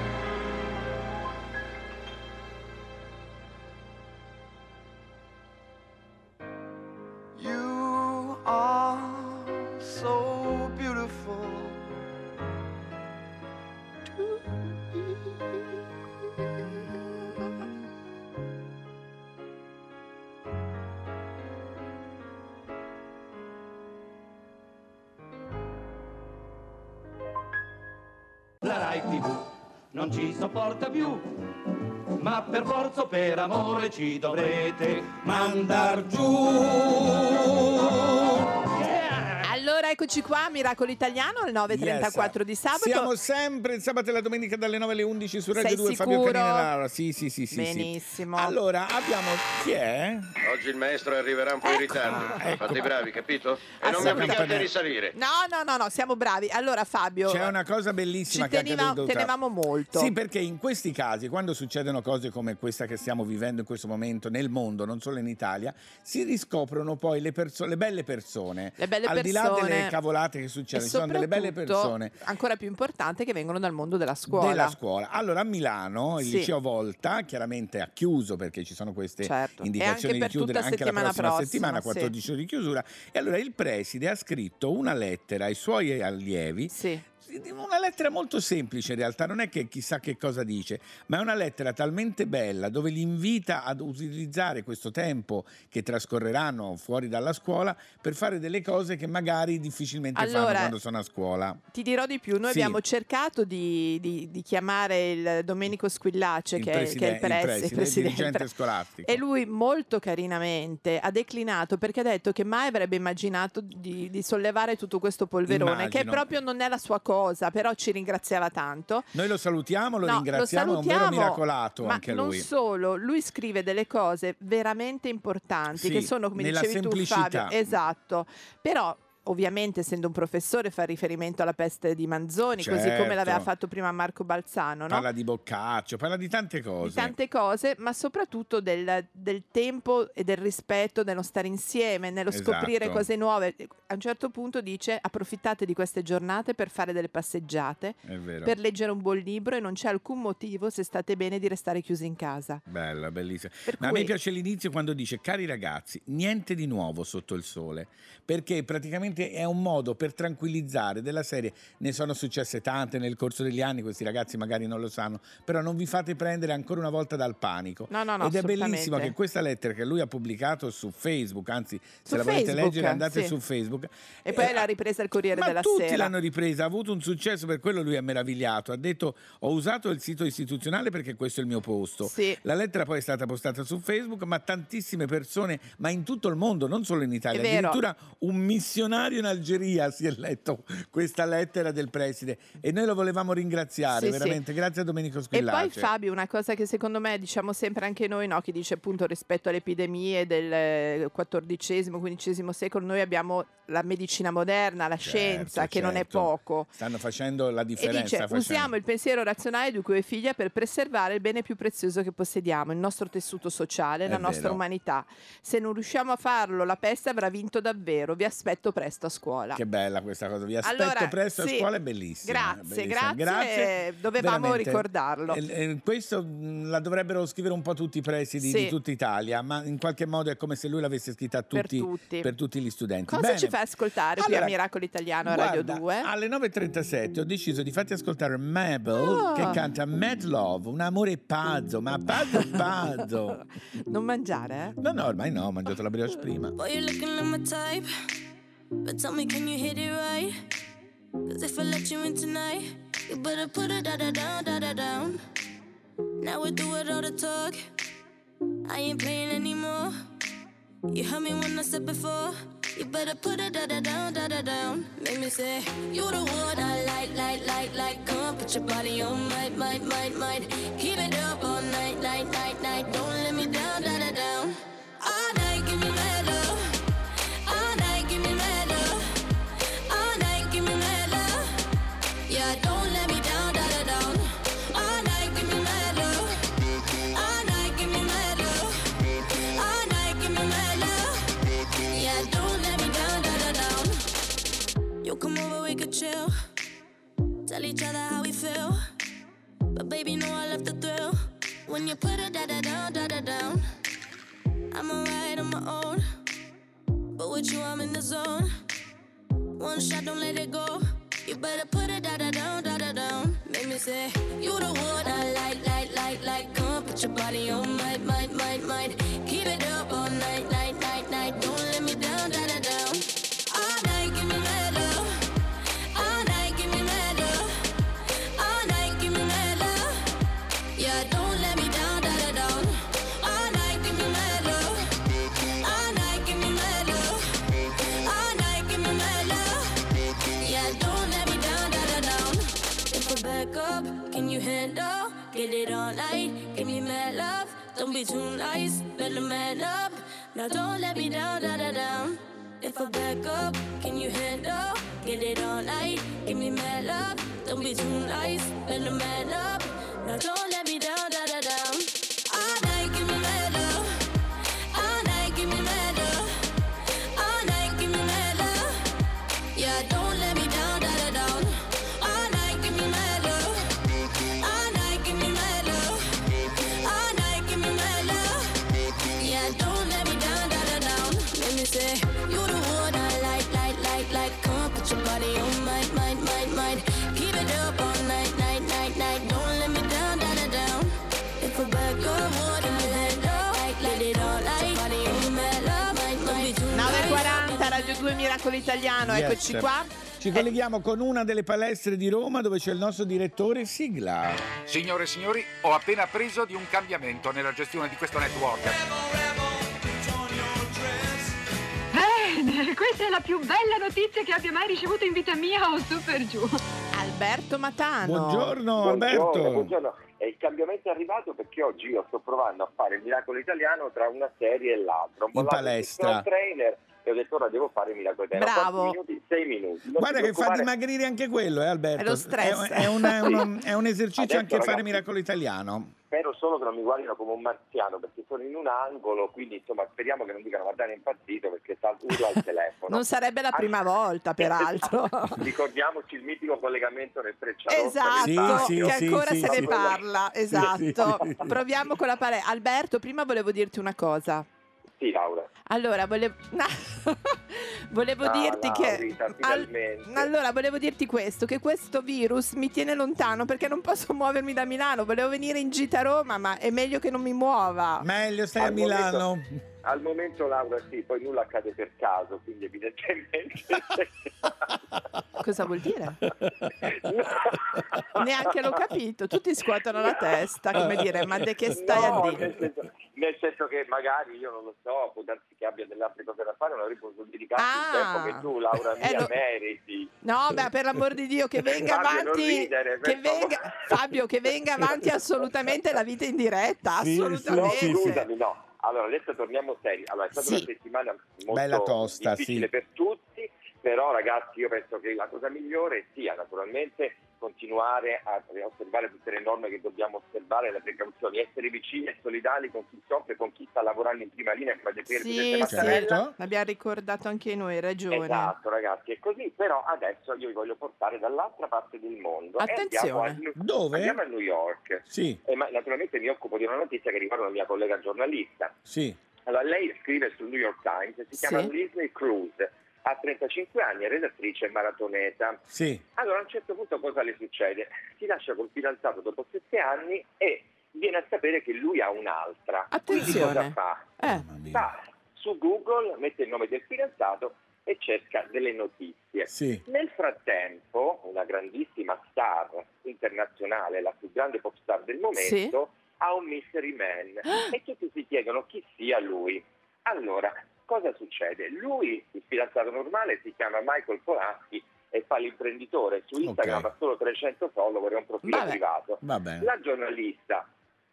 You are so beautiful to me. La Rai tivù non ci sopporta più, ma per forza o per amore ci dovrete mandar giù. Allora Allora eccoci qua, Miracolo Italiano alle nove e trentaquattro Yes. di sabato. Siamo sempre il sabato e la domenica dalle nove alle undici su Radio Sei due. sicuro? Fabio Canini e Laura. Sì, sì, sì, sì. Benissimo. Sì. Allora, abbiamo chi è? Oggi il maestro arriverà un po' in ritardo. Ah, ecco. Fate bravi, capito? E non mi obbligate a risalire. No, no, no, no, siamo bravi. Allora Fabio, C'è una cosa bellissima ci che è teneva- accaduta. tenevamo molto. Sì, perché in questi casi, quando succedono cose come questa che stiamo vivendo in questo momento nel mondo, non solo in Italia, si riscoprono poi le, perso- le belle persone. Le belle Al di là persone. delle cavolate che succedono, ci sono delle belle soprattutto, persone. ancora più importante, che vengono dal mondo della scuola. Della scuola. Allora a Milano il Sì. liceo Volta chiaramente ha chiuso perché ci sono queste Certo. indicazioni E anche di per chiudere tutta anche la settimana prossima, prossima, settimana, sì. quattordici ore di chiusura. E allora il preside ha scritto una lettera ai suoi allievi. Sì. Una lettera molto semplice in realtà, non è che chissà che cosa dice, ma è una lettera talmente bella dove li invita ad utilizzare questo tempo che trascorreranno fuori dalla scuola per fare delle cose che magari difficilmente Allora, fanno quando sono a scuola. Ti dirò di più, noi Sì. abbiamo cercato di, di- di chiamare il Domenico Squillace, Il che, è, che è preside- il, il pres- preside, il presidente, dirigente scolastico. E lui molto carinamente ha declinato, perché ha detto che mai avrebbe immaginato di, di sollevare tutto questo polverone, che Immagino. proprio non è la sua cosa, però ci ringraziava tanto. Noi lo salutiamo, lo No, ringraziamo, lo è un vero salutiamo, miracolato ma anche non lui. solo, lui scrive delle cose veramente importanti, Sì, che sono, come nella dicevi tu semplicità. Fabio, esatto, però ovviamente essendo un professore fa riferimento alla peste di Manzoni, così come Certo. l'aveva fatto prima Marco Balzano, no? Parla di Boccaccio, parla di tante cose. Di tante cose, ma soprattutto del, del tempo e del rispetto, dello stare insieme, nello Esatto. scoprire cose nuove. A un certo punto dice: approfittate di queste giornate per fare delle passeggiate, È vero. per leggere un buon libro, e non c'è alcun motivo, se state bene, di restare chiusi in casa. Bella, bellissima. Per Ma a cui- me piace l'inizio quando dice: cari ragazzi, niente di nuovo sotto il sole, perché praticamente è un modo per tranquillizzare, della serie ne sono successe tante nel corso degli anni, questi ragazzi magari non lo sanno, però non vi fate prendere ancora una volta dal panico. No, no, no, Ed è assolutamente. bellissimo che questa lettera che lui ha pubblicato su Facebook, anzi se Su la volete Facebook, leggere andate sì. su Facebook. E poi Eh, l'ha ripresa il Corriere ma della tutti Sera. l'hanno ripresa, ha avuto un successo, per quello lui è meravigliato. Ha detto: ho usato il sito istituzionale perché questo è il mio posto. Sì. La lettera poi è stata postata su Facebook, ma tantissime persone, ma in tutto il mondo, non solo in Italia, È vero. addirittura un missionario in Algeria si è letto questa lettera del preside e noi lo volevamo ringraziare, Sì, sì. veramente. Grazie a Domenico E Squillace. poi Fabio, una cosa che secondo me diciamo sempre anche noi, no? Che dice appunto rispetto alle epidemie del eh, quattordicesimo, quindicesimo secolo, noi abbiamo la medicina moderna, la scienza, Certo, che non è certo. poco. Stanno facendo la E differenza. dice: facendo- usiamo il pensiero razionale di cui è figlia per preservare il bene più prezioso che possediamo, il nostro tessuto sociale, È la nostra vero. umanità. Se non riusciamo a farlo, la peste avrà vinto davvero. Vi aspetto presto a scuola. Che bella questa cosa, vi aspetto Allora, presto sì. a scuola, è bellissima. Grazie, bellissima. grazie, dovevamo Veramente. ricordarlo. Eh, eh, questo mh, la dovrebbero scrivere un po' tutti i presidi Sì. di tutta Italia, ma in qualche modo è come se lui l'avesse scritta a Per tutti, tutti. per tutti gli studenti. Cosa Bene. ci fai ascoltare qui Allora, a Miracolo Italiano a Radio Guarda, due? alle nove e trentasette ho deciso di farti ascoltare Mabel Ah. che canta Mad Love, un amore pazzo, ma pazzo pazzo. Non mangiare, eh? No, no, ormai no, ho mangiato la brioche prima. Boy, you're looking like my type. But tell me, can you hit it right? Cause if I let you in tonight, you better put it da-da down, da-da down. Now we're through with all the talk. I ain't playing anymore. You heard me when I said before. You better put it da-da down, da-da down. Make me say, you the one I like, like, like, like. Come on, put your body on, might, might, might, might. Keep it up all night, night, night, night. Don't let me down, da-da down. All night, give me mad love. All night, give me mad love. All night, give me mad love. Yeah, don't let me down, da-da down. All night, give me mad love. All night, give me mad love. All night, give me mad love. Yeah, don't let me down, da-da down. You come over, we could chill. Tell each other how we feel. But baby, know I love the thrill. When you put it da-da down, da-da down. I'm alright on my own. But with you, I'm in the zone. One shot, don't let it go. You better put it da-da down, da-da down. Make me say, you the one I like, like, like, like. Come on, put your body on, might, might, might, might. Keep it up all night, night, night, night. Don't let me down, da-da down. All night, give me mad love. All night, give me mad love. All night, give me mad love. Yeah, don't let me down, da-da down. All night, give me mad love. All night, give me mad love. All night, give me mad love. get it all night. Give me mad love, don't be too nice. Better man up, now don't let me down, down, down, down. If I back up, can you handle? Get it all night, give me mad love, don't be too nice. Better man up, now don't let me down, down, down, down. All night, give me mad love. All night, give me mad love. All night, give me mad love. Yeah, don't let me down, down, down, down. All night, give me mad love. All night, give me mad love. All night, give me mad love. Yeah, don't let me down, down, down, down. Let me say, you the one I like, like, like, like. Come on, put your body on mine, mine, mine, mine. Keep it up all night, night, night, night. Don't let me down, down, down, down. If I back up, what in your head up? Let it all night. Body on mad love, mine, mine. nove e quaranta, Radio due Miracolo Italiano, Yes. eccoci qua. Ci colleghiamo con una delle palestre di Roma dove c'è il nostro direttore Sigla. Signore e signori, ho appena appreso di un cambiamento nella gestione di questo network. Eh, questa è la più bella notizia che abbia mai ricevuto in vita mia o su per giù. Alberto Matano. Buongiorno, Buongiorno, Alberto. buongiorno. E il cambiamento è arrivato perché oggi io sto provando a fare il miracolo italiano tra una serie e l'altra. Ho In parlato palestra. con il trainer e ho detto ora devo fare il miracolo italiano. Bravo. quattro minuti, sei minuti. Non Guarda ti che fa preoccupare. dimagrire anche quello, eh, Alberto. È lo stress. È, è un, è un- è un esercizio Adesso, anche fare ragazzi, miracolo italiano. Spero solo che non mi guardino come un marziano perché sono in un angolo, quindi insomma speriamo che non dicano guardare impazzito perché sta urla al telefono. Non sarebbe la prima volta, peraltro. Ricordiamoci il mitico collegamento nel Frecciarossa. Esatto, Sì, sì, che sì, ancora sì, se ne sì. parla. Esatto. Sì, sì. Proviamo con la palestra. Alberto, prima volevo dirti una cosa. Sì, Laura. Allora, volevo, volevo Ah, dirti che Laurita, al- finalmente. allora volevo dirti questo, che questo virus mi tiene lontano perché non posso muovermi da Milano. Volevo venire in gita a Roma, ma è meglio che non mi muova. Meglio stai a Al Milano. momento- Al momento, Laura, sì, poi nulla accade per caso, quindi evidentemente... Cosa vuol dire? Neanche l'ho capito. Tutti scuotono la testa, come dire, ma de che stai No, a dire? nel senso, nel senso che magari io non lo so, può darsi che abbia delle altre cose da fare, non avrei potuto dedicarti Ah. il tempo che tu, Laura mia, Eh, lo- meriti. No, beh, per l'amor di Dio, che venga Fabio, non avanti, ridere, per che venga, Fabio, che venga avanti assolutamente la vita in diretta, Sì, assolutamente. No, scusami, no. Allora, adesso torniamo seri. Allora, è stata Sì. una settimana molto Bella tosta, difficile sì. per tutti, però ragazzi io penso che la cosa migliore sia naturalmente continuare a osservare tutte le norme che dobbiamo osservare, le precauzioni, essere vicini e solidali con chi soffre, con chi sta lavorando in prima linea come De Pietri Sì, e Mattarella. Certo. l'abbiamo ricordato anche noi, hai ragione. Esatto ragazzi, è così, però adesso io vi voglio portare dall'altra parte del mondo. E andiamo a, Attenzione. Dove? Andiamo a New York. Sì, E ma, naturalmente mi occupo di una notizia che riguarda una mia collega giornalista. sì. Allora, lei scrive sul New York Times, si chiama Sì. Leslie Cruz, ha trentacinque anni, è redattrice e maratoneta. Sì. Allora a un certo punto cosa le succede? Si lascia col fidanzato dopo sette anni e viene a sapere che lui ha un'altra. Quindi cosa Attenzione. fa? Eh, Va su Google, mette il nome del fidanzato e cerca delle notizie. Sì. Nel frattempo, una grandissima star internazionale, la più grande pop star del momento, ha un mystery man e tutti si chiedono chi sia lui. Allora, cosa succede? Lui, il fidanzato normale, si chiama Michael Polanski e fa l'imprenditore. Su Instagram Ok. ha solo trecento follower, è un profilo Vabbè. privato. Va bene. La giornalista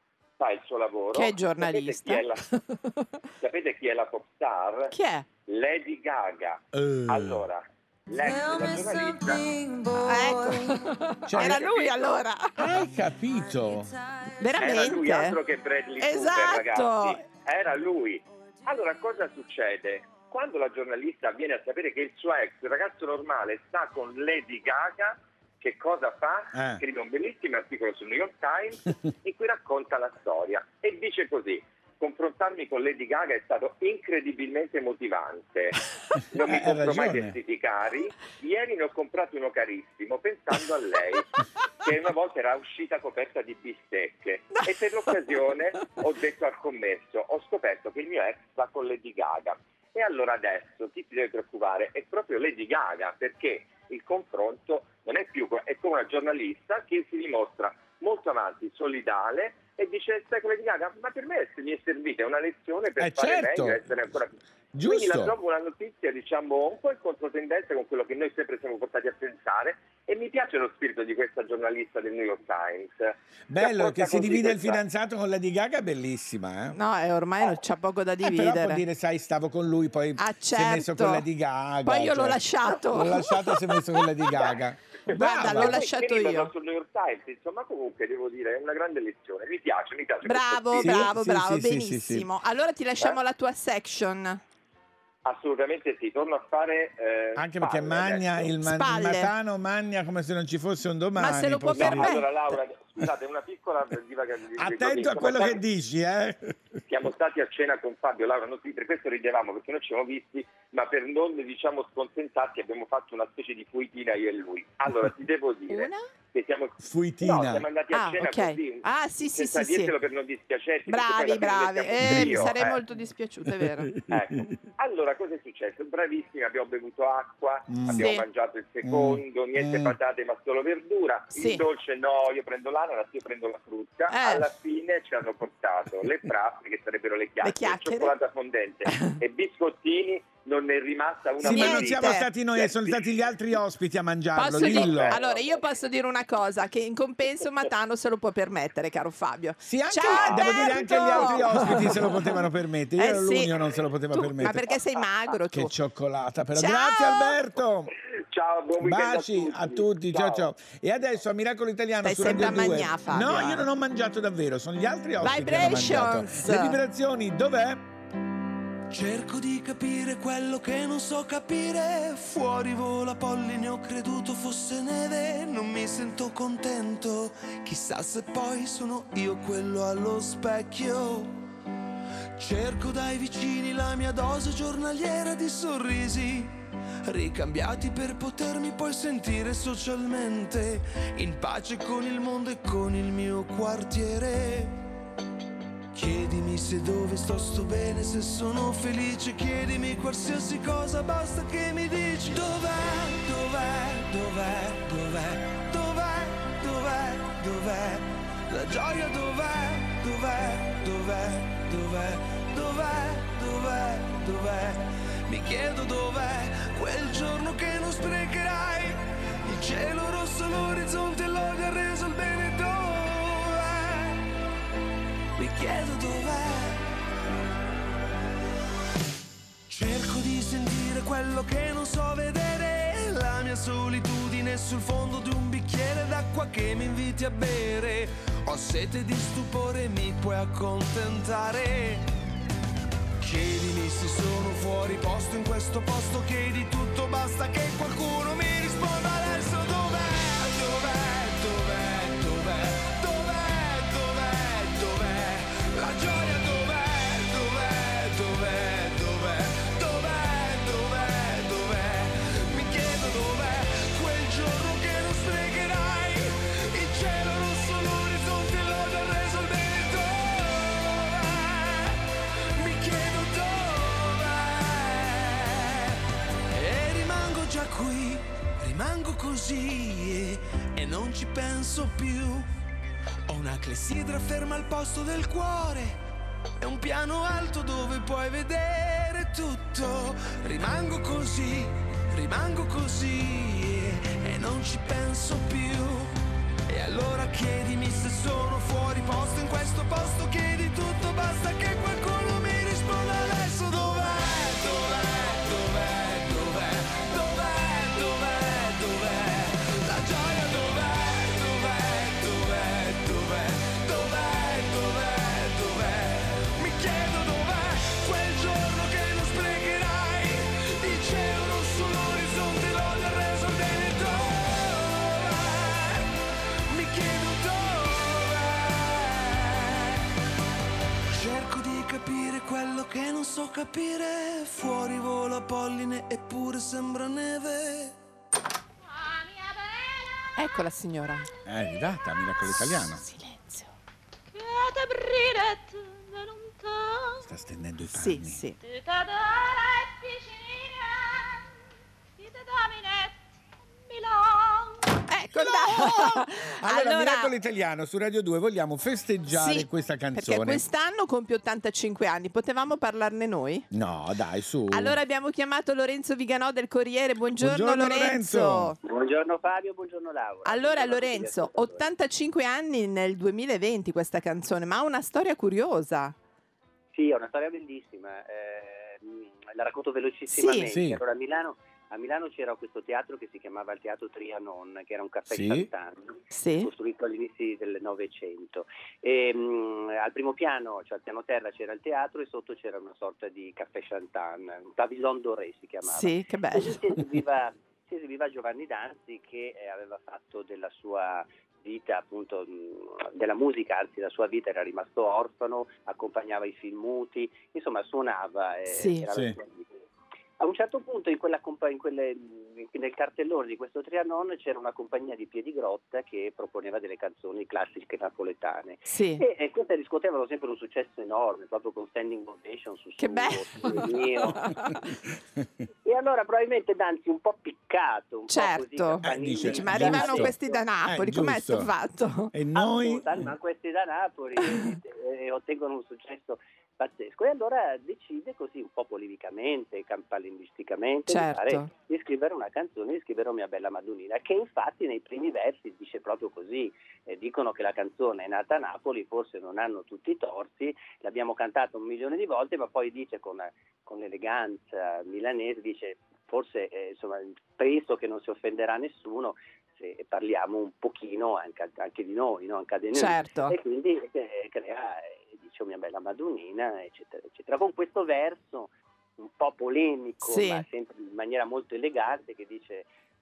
fa il suo lavoro. Che è giornalista? Sapete chi è la, sapete chi è la pop star? Chi è? Lady Gaga. Eh. Allora, lei la giornalista... Ah, ecco. Cioè, Era hai lui capito? allora. Hai capito? Veramente? Era lui altro che Bradley Esatto. Cooper, ragazzi. Era lui. Allora, cosa succede? Quando la giornalista viene a sapere che il suo ex, il ragazzo normale, sta con Lady Gaga, che cosa fa? Eh. Scrive un bellissimo articolo sul New York Times in cui racconta la storia e dice così: confrontarmi con Lady Gaga è stato incredibilmente motivante. Non mi Eh, hai compro mai ragione. vestiti cari. Ieri ne ho comprato uno carissimo pensando a lei, che una volta era uscita coperta di bistecche. E per l'occasione ho detto al commesso: ho scoperto che il mio ex sta con Lady Gaga. E allora adesso chi si deve preoccupare è proprio Lady Gaga, perché il confronto non è più, è come una giornalista che si dimostra molto avanti, solidale, e dice: stai con Lady Gaga? Ma per me mi è servita, è una lezione per Eh, fare certo. meglio, essere ancora più... Quindi la Giusto. trovo una notizia, diciamo, un po' in controtendenza con quello che noi sempre siamo portati a pensare, e mi piace lo spirito di questa giornalista del New York Times. Bello che si così divide il questa- fidanzato con Lady Gaga, bellissima, eh? No, e ormai non c'è poco da Eh, però dividere. può dire, sai, stavo con lui, poi Ah, si è messo certo. con Lady Gaga. Poi io l'ho cioè, lasciato. L'ho lasciato e si è messo con Lady Gaga. Guarda, Brava. l'ho Poi lasciato scrivono io. sul New York Times, insomma, comunque devo dire è una grande lezione, mi piace, mi piace. Bravo, questo spirito. bravo, sì, bravo, sì, sì, benissimo. Allora ti lasciamo Eh? la tua section. Assolutamente sì, torno a fare eh, Anche perché spalle magna adesso. il, man- il Spalle. matano magna come se non ci fosse un domani. Ma se lo può posso dire. No, permettere. allora Laura, scusate, una piccola divagazione. Attento a quello che dici, eh? Siamo stati a cena con Fabio, Laura, noi per questo ridevamo, perché noi ci siamo visti, ma per non, diciamo, scontentarci abbiamo fatto una specie di fuitina io e lui. Allora, ti devo dire Una? che siamo... Fuitina. No, siamo andati a Ah, cena ok. così, Ah, sì, sì, senza sì, sì. dirtelo per non dispiacerti. perché poi Bravi, alla fine bravi. mettiamo Eh, un mi trio, sarei eh. molto dispiaciuta, è vero. Ecco. Allora, cosa è successo? Bravissimi, abbiamo bevuto acqua, Mm. abbiamo Sì. mangiato il secondo, niente Mm. patate ma solo verdura. Sì. Il dolce no, io prendo l'ananas, io prendo la frutta. Eh. Alla fine ci hanno portato le frappe, che sarebbero le chiacchiere, Le chiacchiere. cioccolata fondente e biscottini, non ne è rimasta una Sì, ma non Niente. siamo stati noi, Cioè, sono stati gli altri ospiti a mangiarlo, Posso dire- dillo. allora, io posso dire una cosa, che in compenso Matano se lo può permettere, caro Fabio. Sì, anche, Ciao, devo dire anche gli altri Alberto! ospiti se lo potevano permettere. Io Eh, ero sì. l'unico che non se lo poteva Tu- permettere. Ma perché sei magro tu? Che cioccolata, però. Ciao! Grazie Alberto. Ciao, buon weekend Baci a tutti, ciao ciao. E adesso a Miracolo Italiano Stai su Radio sempre a due. mangià, Fabio, No, eh. io non ho mangiato davvero, sono gli altri ospiti che hanno mangiato. Vibrations. Le vibrazioni, dov'è? Cerco di capire quello che non so capire. Fuori vola polline, ho creduto fosse neve. Non mi sento contento, chissà se poi sono io quello allo specchio. Cerco dai vicini la mia dose giornaliera di sorrisi, ricambiati per potermi poi sentire socialmente in pace con il mondo e con il mio quartiere. Chiedimi se dove sto sto bene, se sono felice, chiedimi qualsiasi cosa, basta che mi dici dov'è, dov'è, dov'è, dov'è, dov'è, dov'è, dov'è, la gioia dov'è, dov'è, dov'è, dov'è, dov'è, dov'è, dov'è, mi chiedo dov'è quel giorno che non sprecherai, il cielo rosso, l'orizzonte, l'odio ha reso il bene dov'è. Mi chiedo dov'è. Cerco di sentire quello che non so vedere, la mia solitudine sul fondo di un bicchiere d'acqua che mi inviti a bere. Ho sete di stupore, mi puoi accontentare. Chiedimi se sono fuori posto in questo posto, chiedi tutto, basta che qualcuno mi risponda adesso dov'è, dov'è, dov'è, dov'è, dov'è, dov'è, dov'è, la gioia dov'è, dov'è, dov'è, dov'è, dov'è, dov'è, dov'è, mi chiedo dov'è quel giorno che non sprecherai, il cielo rosso, l'orizzonte, l'odio ha reso il bene dov'è, mi chiedo dov'è, e rimango già qui, rimango così e, e non ci penso più. Ho una clessidra ferma al posto del cuore e un piano alto dove puoi vedere tutto. Rimango così, rimango così e, e non ci penso più. E allora chiedimi se sono fuori posto in questo posto, chiedi tutto, basta che qualcuno mi risponda adesso dov'è, dov'è, dov'è, dov'è, dov'è, dov'è, dov'è, la gioia dov'è, dov'è, dov'è, dov'è, dov'è, dov'è, dov'è, mi chiedo dov'è quel giorno che non sprecherai, il cielo rosso, l'orizzonte, l'odio ha reso il bene dov'è, mi chiedo dov'è, cerco di capire quello che non so capire, fuori vola polline eppure sembra neve. Ecco la signora. È arrivata a Miracolo Italiano. Silenzio. Sta stendendo i Sì, panni. sì. ecco, dai. Allora, Allora- Miracolo Italiano su Radio due vogliamo festeggiare Sì, questa Perché canzone. quest'anno compie ottantacinque anni, potevamo parlarne noi? No, dai, su. Allora abbiamo chiamato Lorenzo Viganò del Corriere. Buongiorno, Buongiorno, Lorenzo. Lorenzo. Buongiorno Fabio, buongiorno Laura. Allora Buongiorno a tutti gli Lorenzo, ascoltatori. ottantacinque anni nel duemilaventi questa canzone, ma ha una storia curiosa. Sì, è una storia bellissima. eh, la racconto velocissimamente. Sì. Sì. Allora, a Milano, a Milano c'era questo teatro che si chiamava il Teatro Trianon, che era un caffè Sì. Chantan, Sì. costruito all'inizio del Novecento. E, mh, al primo piano, cioè al piano terra, c'era il teatro e sotto c'era una sorta di caffè Chantan, un pavillon doré si chiamava. Sì, che bello. Così si esibiva, si esibiva Giovanni Danzi, che eh, aveva fatto della sua vita, appunto, mh, della musica, anzi la sua vita, era rimasto orfano, accompagnava i film muti, insomma suonava. eh, Sì. era Sì. la sua vita. A un certo punto in quella compa- in quelle, nel cartellone di questo Trianon c'era una compagnia di Piedigrotta che proponeva delle canzoni classiche napoletane. Sì. E, e queste riscuotevano sempre un successo enorme, proprio con standing ovation su Che su- bello. su mio. E allora probabilmente Danzi un po' piccato, un Certo. po' così, Eh, campanile. dice, Ma giusto. arrivano questi da Napoli, Eh, com'è giusto. sto fatto? E noi... Appunto, arrivano questi da Napoli e, e ottengono un successo pazzesco, e allora decide così un po' politicamente, campanilisticamente, Certo. di, fare, di scrivere una canzone, di scrivere Oh mia bella Madonnina, che infatti nei primi versi dice proprio così. Eh, dicono che la canzone è nata a Napoli, forse non hanno tutti i torti, l'abbiamo cantata un milione di volte, ma poi dice con, con eleganza milanese, dice forse eh, insomma, penso che non si offenderà nessuno se parliamo un pochino anche, anche di noi, no? Anche di noi. Certo. E quindi eh, crea, eh, dice Oh mia bella Madonnina, eccetera, eccetera. Con questo verso un po' polemico, Sì. ma sempre in maniera molto elegante, che dice...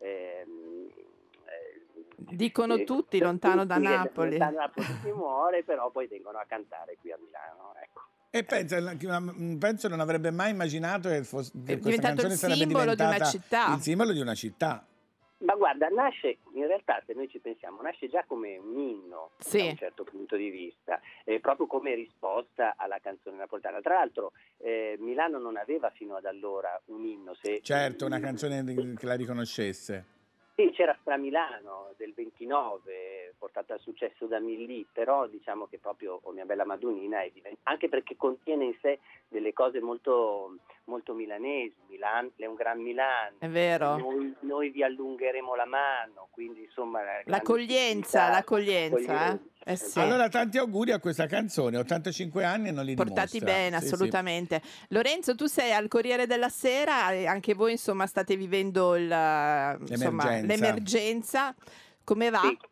ehm, eh, Dicono eh, tutti, lontano da tutti che Napoli. Lontano da Napoli si muore, però poi vengono a cantare qui a Milano, ecco. E pensa, penso non avrebbe mai immaginato che, fosse, che È questa diventato canzone il sarebbe simbolo di una diventata città. il simbolo di una città. Ma guarda, nasce, in realtà se noi ci pensiamo, nasce già come un inno Sì. da un certo punto di vista, eh, proprio come risposta alla canzone napoletana. Tra l'altro eh, Milano non aveva fino ad allora un inno. Se, Certo, una canzone che la riconoscesse. Sì, c'era Stramilano del ventinove, portata al successo da Millì, però diciamo che proprio Oh mia bella Madonnina è divent- anche perché contiene in sé delle cose molto, molto milanesi. Milan è un gran Milano. È vero. Noi, noi vi allungheremo la mano, quindi insomma... L'accoglienza, l'accoglienza, eh? Eh sì. Allora tanti auguri a questa canzone, ottantacinque anni e non li Portati dimostra. bene, Sì, sì. assolutamente. Lorenzo, tu sei al Corriere della Sera e anche voi insomma state vivendo il, insomma, L'emergenza. l'emergenza. Come va? Sì.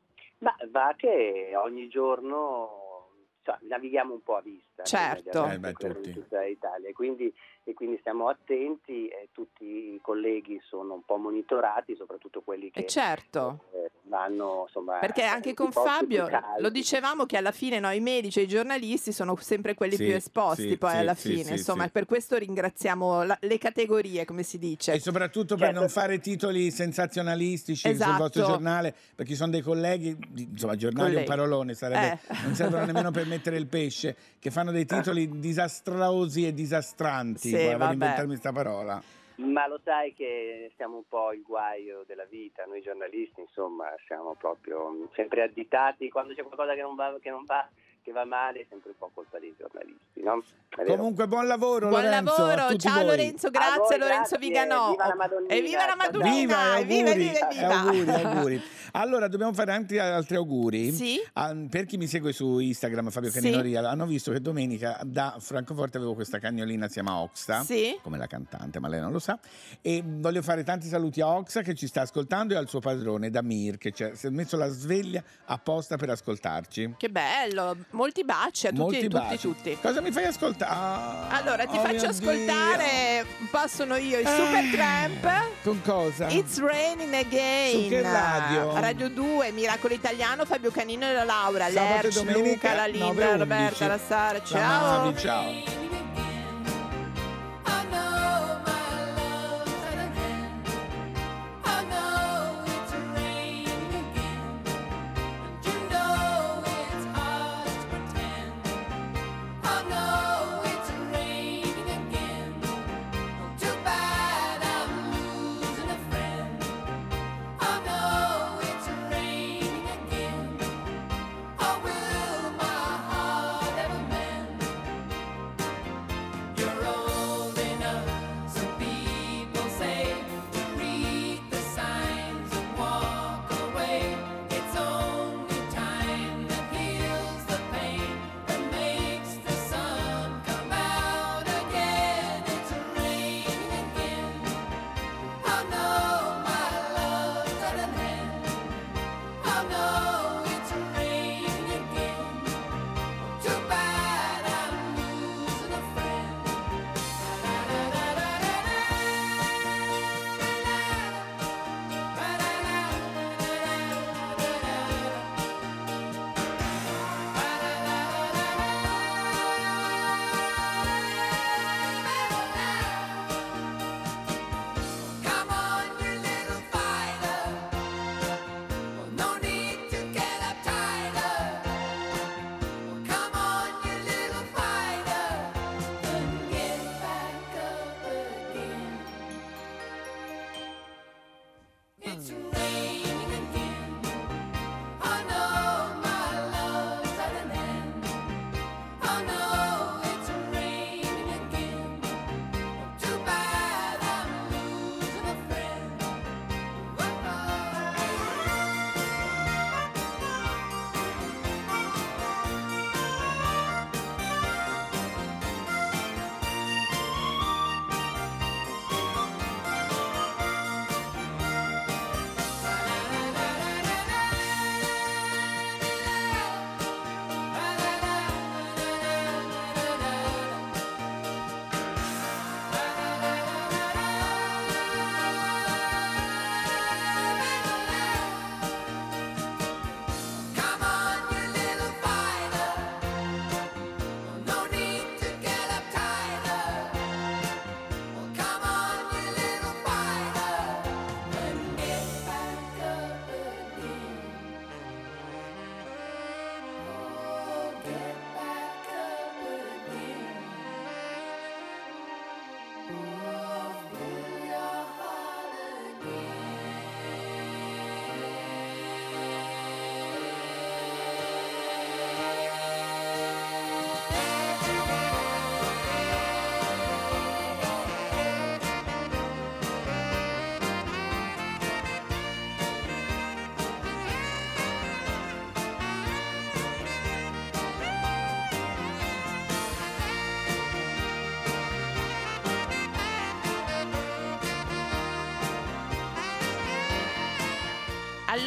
Ma va che ogni giorno cioè, navighiamo un po' a vista. Certo. come Eh, beh, per tutti. tutta Italia, e quindi, e quindi stiamo attenti, e tutti i colleghi sono un po' monitorati, soprattutto quelli che Eh, certo. eh, vanno, insomma, Perché anche in con posti Fabio più caldi. lo dicevamo che alla fine no, i medici e i giornalisti sono sempre quelli Sì, più esposti sì, poi sì, alla sì, fine, sì, insomma, sì. e per questo ringraziamo la- le categorie, come si dice. E soprattutto per Certo. non fare titoli sensazionalistici sul Esatto. vostro giornale, perché ci sono dei colleghi, di- insomma, giornali è un Colleghi. parolone, sarebbe, Eh. non servono nemmeno per mettere il pesce, che fanno dei titoli disastrosi e disastranti. Sì, Volevo vabbè. inventarmi questa parola. Ma lo sai che siamo un po' il guaio della vita, noi giornalisti, insomma, siamo proprio sempre additati, quando c'è qualcosa che non va, che non va, che va male, è sempre un po' colpa dei giornalisti, no? È vero? Comunque buon lavoro Buon Lorenzo, a lavoro, tutti ciao voi. Lorenzo, A grazie voi, Lorenzo grazie, Viganò. viva la Madonnina, E viva la ciao, ciao. Madonnina, Viva, e evviva, auguri, evviva, e evviva. auguri, auguri. Allora, dobbiamo fare anche altri auguri. Sì? Ah, per chi mi segue su Instagram, Fabio Sì. Canino Real, hanno visto che domenica da Francoforte avevo questa cagnolina, si chiama Oxa, Sì. come la cantante, ma lei non lo sa. E voglio fare tanti saluti a Oxa che ci sta ascoltando e al suo padrone Damir, che ci ha- si è messo la sveglia apposta per ascoltarci. Che bello, molti baci a tutti, Molti tutti, baci. tutti. Cosa mi fai ascoltare? Allora, ti Oh faccio mio ascoltare, un po' sono io, i Supertramp. Dio. Con cosa? It's Raining Again. Su che radio? Radio due, Miracolo Italiano, Fabio Canino e la Laura, Sabato e Lerch, domenica, Luca, la nove e Linda, la Roberta, undici. la Sara. La Ciao. Mavi, ciao. Too bad I'm losing a friend. I know it's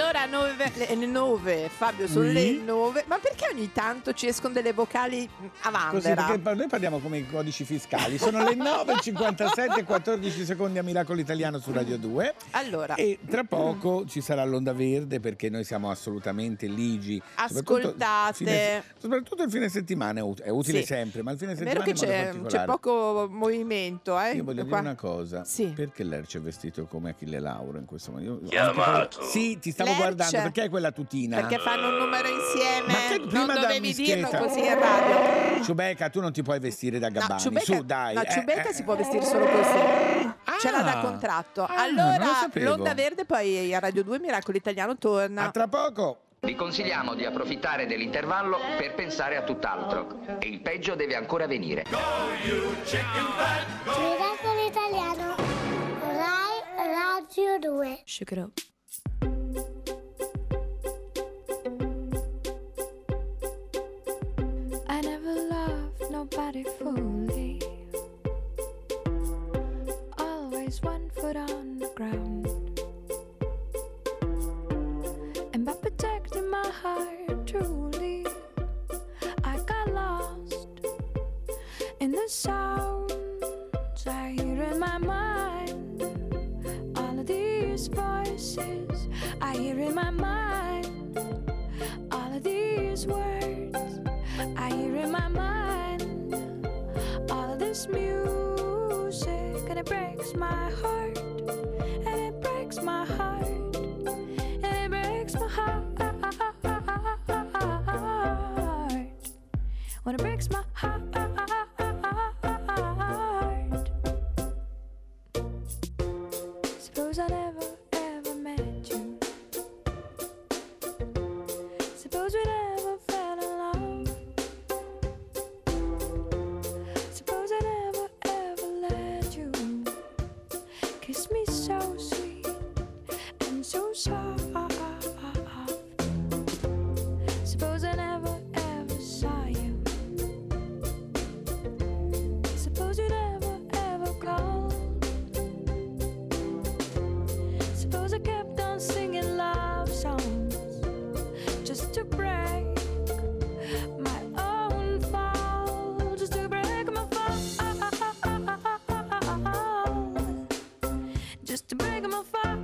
Allora, nove, le nove, Fabio, sono Oui. le nove. Ma perché ogni tanto ci escono delle vocali a Così, vanvera? perché noi parliamo come i codici fiscali. Sono le nove e cinquantasette e quattordici secondi a Miracolo Italiano su Radio due. Allora. E tra poco ci sarà l'Onda Verde, perché noi siamo assolutamente ligi. soprattutto Ascoltate. fine- soprattutto il fine settimana è ut- è utile Sì. sempre, ma il fine È settimana vero che in modo c'è, particolare. c'è poco movimento, eh? Io voglio Qua. dire una cosa, perché Lerch è vestito come Achille Lauro in questo momento? Io- Chiamato. anche- Sì, ti stavo Lerch? guardando, perché hai quella tutina? Perché fanno un numero insieme. Ma che prima non da dovevi dirlo mischeta. così in radio. Ciubecca, tu non ti puoi vestire da No, Gabbani, Ciubecca, su dai. no, eh, Ciubecca eh. si può vestire solo così. Ce l'ha da contratto. non lo Allora, sapevo. l'Onda Verde poi a Radio due Miracolo Italiano torna. A tra poco. Vi consigliamo di approfittare dell'intervallo per pensare a tutt'altro. E il peggio deve ancora venire. Miracolo Italiano, Rai Radio due. Shake it up. I never loved nobody fully. Always one foot on the ground. And by protecting my heart truly, I got lost in the sounds I hear in my mind. All of these voices I hear in my mind. All of these words I hear in my mind. All of this music, and it breaks my heart. And it breaks my heart. And it breaks my heart. When it breaks my heart. Suppose I never ever met you. Suppose we never fell in love. Suppose I never ever let you kiss me so sweet and so soft. Suppose I never ever saw you. Suppose you never ever called. Suppose I kept on singing love songs just to break my own fall, just to break my fall, just to break my fall,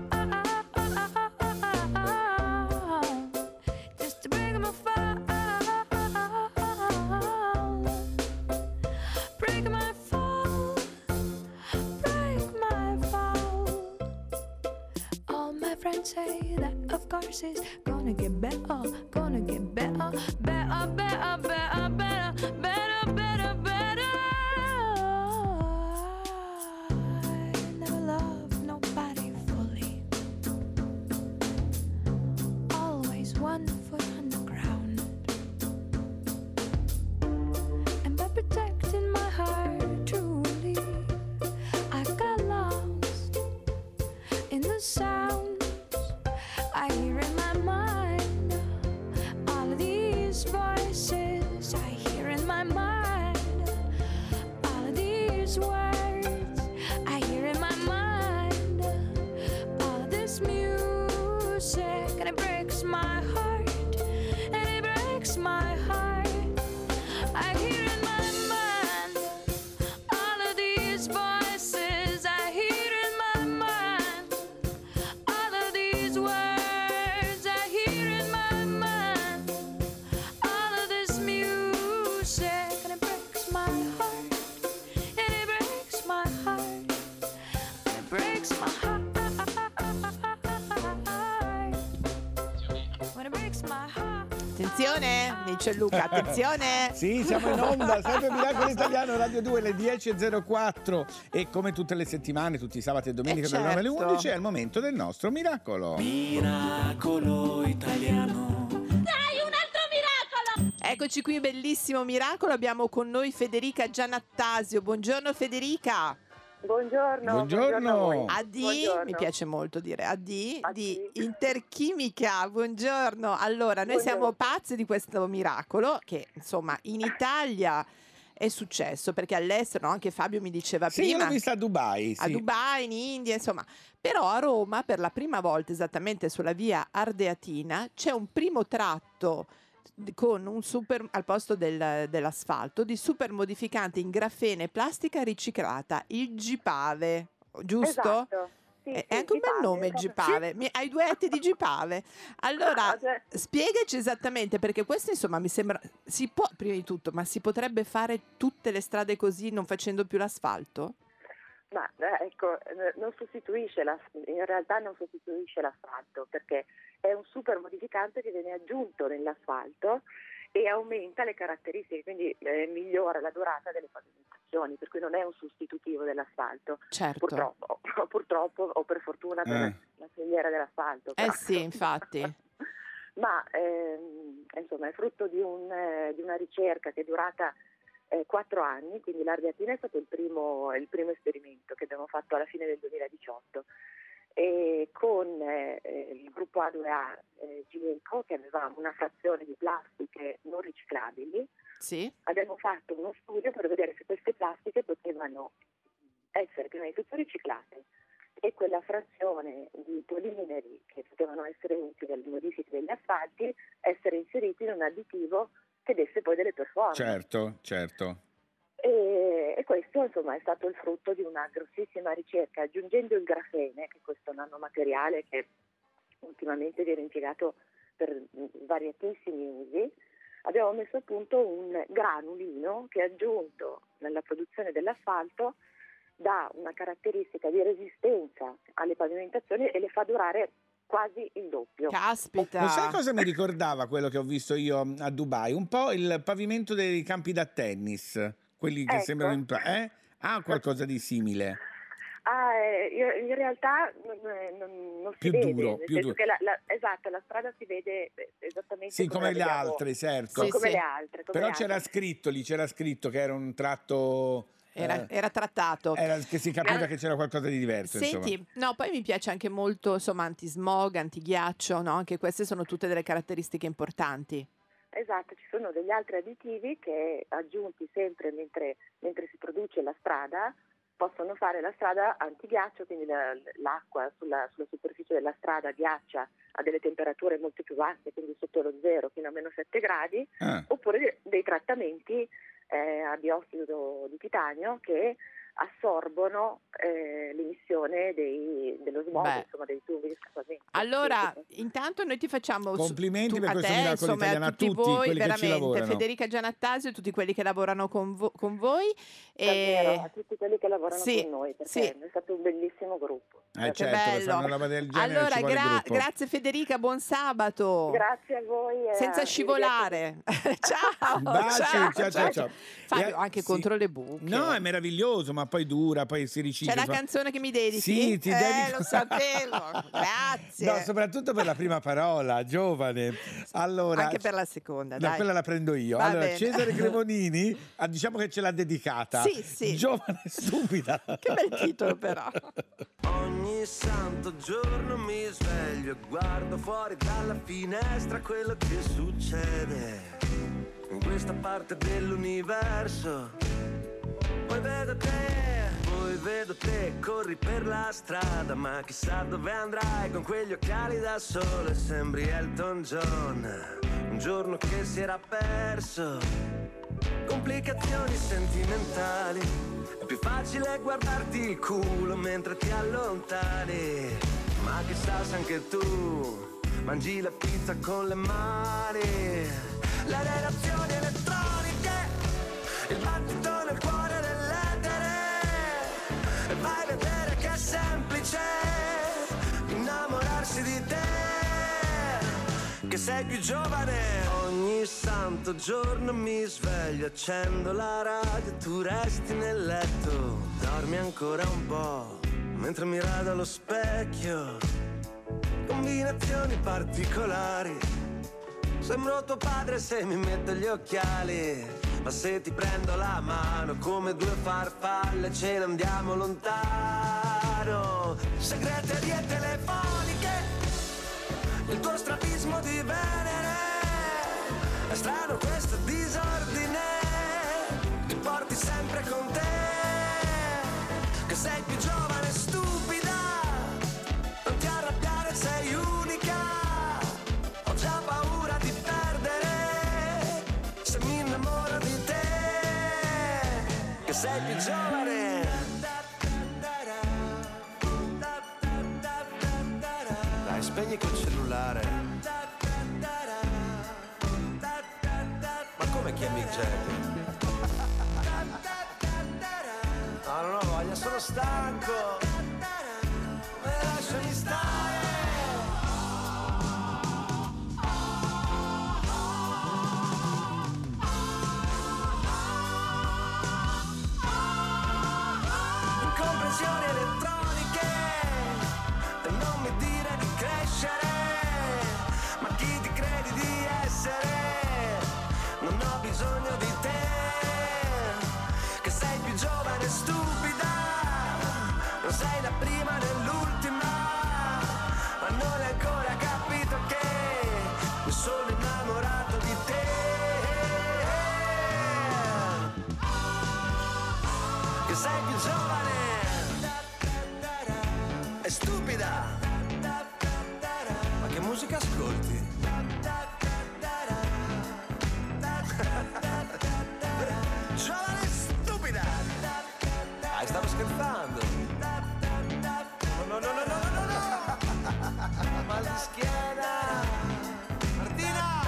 just to break my fall, break my fall, break my fall. All my friends say that of course it's gonna get better, gonna get better, better, better, better, better, better, better, better. I never loved nobody fully. Always one foot on the ground. And by protecting my heart truly, I got lost in the sounds I hear in my mind. All of these voices I hear in my mind. All of these words I hear in my mind. All of this music, and it breaks my heart. And it breaks my heart. I hear in my mind. All of these voices I hear in my mind. All of these words I hear in my mind. All of this music, and it breaks my heart. And it breaks my heart. And it breaks my heart. When it breaks my heart. Attenzione, dice Luca, attenzione. Sì, siamo in onda, sempre Miracolo Italiano, Radio due, le dieci e zero quattro. E come tutte le settimane, tutti i sabati e domenica Eh, dalle nove alle certo. undici, è il momento del nostro miracolo. Miracolo Italiano. Dai, un altro miracolo! Eccoci qui, bellissimo miracolo. Abbiamo con noi Federica Giannattasio. Buongiorno Federica. Buongiorno. Buongiorno. a voi. Adi, Buongiorno. mi piace molto dire Adi, Adi. di Interchimica. Buongiorno. Allora, noi Buongiorno. siamo pazzi di questo miracolo che, insomma, in Italia è successo, perché all'estero, no? Anche Fabio mi diceva Sì, prima, io l'ho vista a Dubai. a Sì. Dubai, in India, insomma. Però a Roma, per la prima volta, esattamente sulla via Ardeatina, c'è un primo tratto con un super, al posto del- dell'asfalto, di super modificante in grafene e plastica riciclata, il Gipave, giusto? Esatto. Sì, È sì, è anche un bel Gipave, nome, proprio- Gipave. Mi- Hai due etti di Gipave. Allora, Ah, cioè- spiegaci esattamente, perché questo insomma mi sembra, si può, prima di tutto, ma si potrebbe fare tutte le strade così non facendo più l'asfalto? Ma eh, ecco, eh, non sostituisce la, in realtà non sostituisce l'asfalto, perché è un super modificante che viene aggiunto nell'asfalto e aumenta le caratteristiche, quindi eh, migliora la durata delle pavimentazioni, per cui non è un sostitutivo dell'asfalto. Certo. Purtroppo, purtroppo o per fortuna per Eh. la filiera dell'asfalto. Eh però. sì, infatti. Ma ehm, insomma è frutto di, un, eh, di una ricerca che è durata eh, quattro anni, quindi l'Ardeatina è stato il primo, il primo esperimento che abbiamo fatto alla fine del duemiladiciotto, e con eh, il gruppo A due A eh, Gileco, che avevamo una frazione di plastiche non riciclabili, Sì. abbiamo fatto uno studio per vedere se queste plastiche potevano essere prima di tutto riciclate e quella frazione di polimeri che potevano essere utili alle modifiche degli asfalti essere inseriti in un additivo che desse poi delle performance. Certo, certo. E, e questo insomma è stato il frutto di una grossissima ricerca. Aggiungendo il grafene, che è questo nanomateriale che ultimamente viene impiegato per varietissimi usi, abbiamo messo a punto un granulino che, aggiunto nella produzione dell'asfalto, dà una caratteristica di resistenza alle pavimentazioni e le fa durare quasi il doppio. Caspita! Lo sai cosa mi ricordava quello che ho visto io a Dubai? Un po' il pavimento dei campi da tennis, quelli che Ecco. sembrano in... pa- eh? Ha qualcosa di simile. Ah, eh, io- in realtà non, eh, non- non si Più vede, duro, nel più senso duro. che la, la- esatto, la strada si vede eh, esattamente Sì, come la le vediamo- altre, certo. come le altre. come Però le c'era altre. scritto lì, c'era scritto che era un tratto... Era, eh, era trattato. era- che si capiva Ah, che c'era qualcosa di diverso, insomma. Senti, no, poi mi piace anche molto, insomma, antismog, antighiaccio, no? Anche queste sono tutte delle caratteristiche importanti. Esatto, ci sono degli altri additivi che, aggiunti sempre mentre, mentre si produce la strada, possono fare la strada antighiaccio, quindi la- l'acqua sulla, sulla superficie della strada ghiaccia a delle temperature molto più basse, quindi sotto lo zero fino a meno sette gradi, Ah. oppure de- dei trattamenti eh, a biossido di titanio che assorbono eh, l'emissione dei, dello smog, Beh. insomma dei tubi di scappamento. Allora, intanto noi ti facciamo su- Complimenti tu- per a questo te, miracolo insomma, italiano, a a tutti, tutti voi, quelli che ci veramente, lavorano. Federica Giannattasi e tutti quelli che lavorano con, vo- con voi. Davvero, E... a tutti quelli che lavorano Sì, con noi, perché sì. è stato un bellissimo gruppo. Eh, Che certo, per bello. fare una roba del genere Allora, ci vuole gra- gruppo. grazie Federica, buon sabato. Grazie a voi. e Senza a- scivolare. ciao, Baci, ciao, ciao, ciao, ciao. Fabio, E- anche sì. contro le buche. No, è meraviglioso, ma poi dura, poi si ricicla. C'è la fa- canzone che mi dedichi? Sì, ti eh, dedico. lo sapevo. Grazie. No, soprattutto per la prima parola, giovane. Allora, Anche per la seconda, no, dai. quella la prendo io. Va allora, bene. Cesare Cremonini, ah, diciamo che ce l'ha dedicata. Sì, sì. Giovane e stupida. Che bel titolo però. Ogni santo giorno mi sveglio e guardo fuori dalla finestra quello che succede in questa parte dell'universo. Poi vedo te, poi vedo te, corri per la strada, ma chissà dove andrai con quegli occhiali da sole, sembri Elton John, un giorno che si era perso. Complicazioni sentimentali, è più facile guardarti il culo mentre ti allontani. Ma chissà se anche tu mangi la pizza con le mani. Le relazioni elettroniche, il battito nel cuore dell'etere. E vai a vedere che è semplice innamorarsi di te, che sei più giovane. Ogni santo giorno mi sveglio, accendo la radio, tu resti nel letto, dormi ancora un po' mentre mi rado allo specchio. Combinazioni particolari, sembro tuo padre se mi metto gli occhiali, ma se ti prendo la mano come due farfalle ce ne andiamo lontano. Segreterie telefoniche, il tuo strabismo di Venere, è strano questo disordine, ti porta che sei più giovane. Dai, spegni quel cellulare. Ma come chi è Mick Jagger? No, non ho voglia, sono stanco. Ma lasciami stare. Incomprensioni elettroniche, e non mi dire di crescere, ma chi ti credi di essere? Non ho bisogno di te, che sei più giovane e stupida, non sei la prima né l'ultima, ma non hai ancora capito che mi sono innamorato di te, che sei più giovane e stupida. Ma che musica ascolti? Giovane e stupida. Ah, stavo scherzando. No, no, no, no, no, no, no. Mal di schiena. Martina.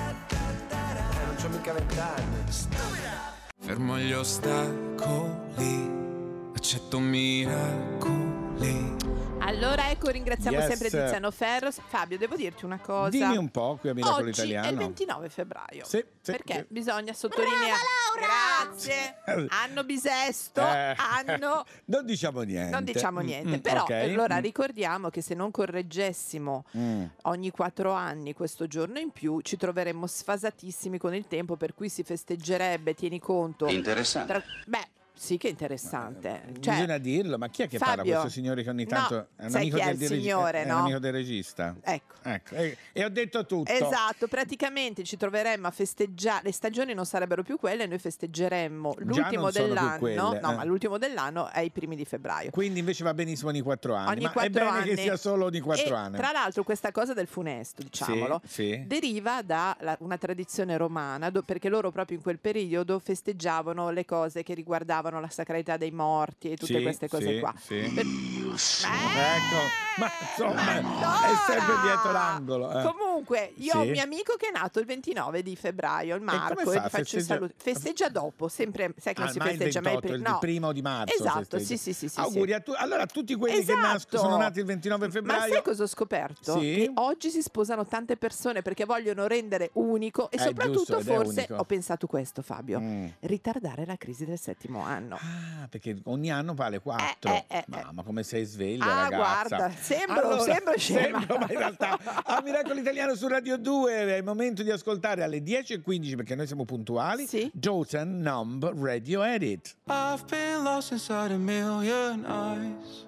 Eh, non c'ho mica vent'anni. Stupida. Fermo gli ostacoli, accetto miracoli. Allora ecco, ringraziamo Yes. sempre Tiziano Ferros. Fabio, devo dirti una cosa. Dimmi un po' qui a Miracolo Oggi Italiano. è il ventinove febbraio. Sì, sì, perché sì. bisogna sottolineare. Grazie. Anno bisesto, Eh. anno. Non diciamo niente. Non diciamo Mm, niente, mm, però ok. allora Mm. ricordiamo che se non correggessimo Mm. ogni quattro anni questo giorno in più ci troveremmo sfasatissimi con il tempo, per cui si festeggerebbe, tieni conto. Interessante. tra- Beh, sì che è interessante. Cioè, Bisogna dirlo, ma chi è che Fabio, parla? Questo signore che ogni tanto no, è un sai amico chi è del il dirige- signore, è no? un amico del regista. Ecco. Ecco, E, e ho detto tutto. Esatto, praticamente ci troveremmo a festeggiare, le stagioni non sarebbero più quelle, noi festeggeremmo l'ultimo non sono più dell'anno, quelle, no, eh. ma l'ultimo dell'anno è i primi di febbraio. Quindi invece va benissimo ogni quattro anni. Ogni ma è quattro bene anni. che sia solo ogni quattro E, anni. tra l'altro questa cosa del funesto, diciamolo, Sì, sì. deriva da la- una tradizione romana, do- perché loro proprio in quel periodo festeggiavano le cose che riguardavano la sacralità dei morti e tutte Sì, queste cose sì, qua. sì. Per- Ecco, ma insomma è sempre dietro l'angolo. eh. Comunque, io ho un Sì. mio amico che è nato il ventinove di febbraio, il Marco, come e fa? gli faccio il Festeggia- saluto. Festeggia dopo, sempre, sai che Ah, non si mai il festeggia mai il ventotto, primo. il primo di marzo Esatto, festeggia. sì, sì, sì, sì. Auguri sì. a tu- allora a tutti quelli Esatto. che nas- sono nati il ventinove Ma febbraio. sai cosa ho scoperto? Sì? Che oggi si sposano tante persone perché vogliono rendere unico e È soprattutto giusto, ed è forse unico. ho pensato questo, Fabio, Mm. ritardare la crisi del settimo anno. Ah, perché ogni anno vale quattro. Eh, eh, eh. Mamma, come sei sveglia, Ah, ragazza. guarda, sembro, Allora, sembro scema. sembro, ma in realtà a Miracolo Italiano su Radio due è il momento di ascoltare alle dieci e quindici, perché noi siamo puntuali. Sì. Josen Numb Radio Edit. I've been lost inside a million eyes.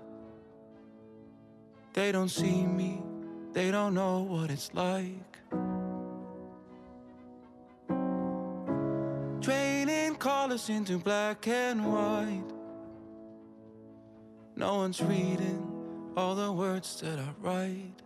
They don't see me, they don't know what it's like. Draining colors into black and white. No one's reading all the words that I write.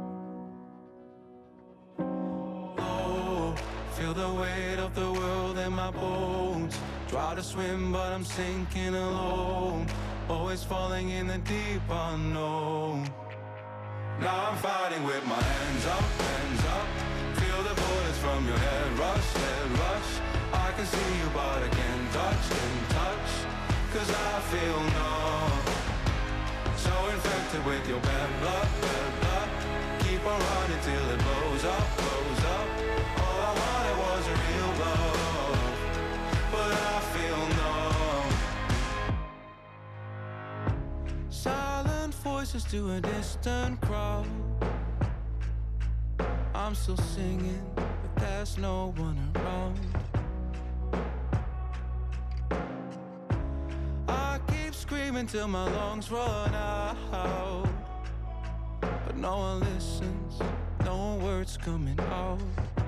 Oh, feel the weight of the world in my bones. Try to swim, but I'm sinking alone. Always falling in the deep unknown. Now I'm fighting with my hands up, hands up. Feel the bullets from your head rush, head rush. I can see you, but I can't touch, can't touch. Cause I feel numb. So infected with your bad blood, bad blood. Keep on running till it blows up, blows up. All I wanted was a real love, but I feel numb. Silent voices to a distant crowd. I'm still singing, but there's no one around. I keep screaming till my lungs run out, but no one listens, no words coming out.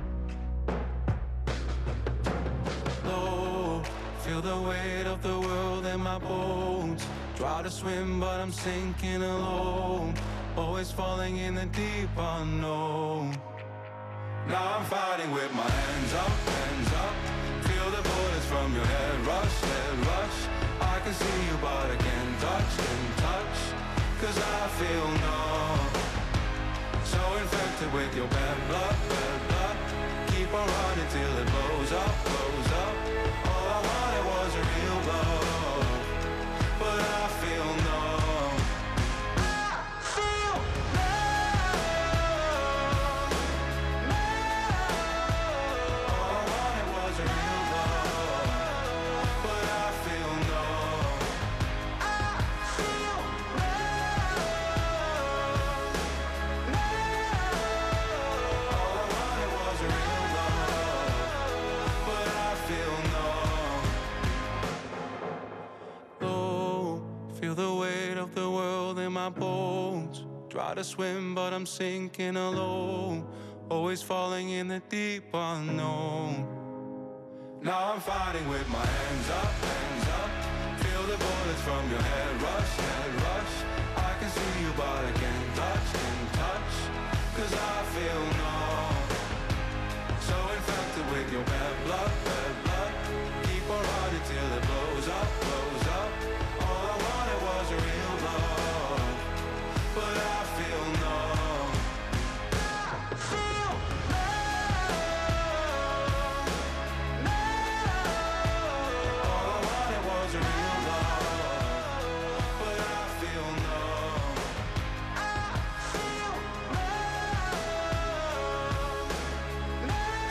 Low, feel the weight of the world in my bones. Try to swim, but I'm sinking alone. Always falling in the deep unknown. Now I'm fighting with my hands up, hands up. Feel the bullets from from your head rush, head rush. I can see you but I can't touch, can't touch. Cause I feel numb, so infected with your bad blood, bad blood. Keep on running till it blows up, blows up. All I wanted was a real love, but I feel numb. I feel numb, numb. All I wanted was a real love, but I feel numb. I feel numb, numb. All I wanted was a real love, but I feel numb. Oh, feel the weight of the world in my bones. Try to swim, but I'm sinking alone. Always falling in the deep unknown. Now I'm fighting with my hands up, hands up. Feel the bullets from your head rush, head rush. I can see you, but I can't touch, can't touch. Cause I feel numb, so infected with your bad blood, bad blood. Keep on running till it blows up, blows up. All I wanted was a real love, but I feel numb. I feel numb, numb. All I wanted was a real love, but I feel numb. I feel numb,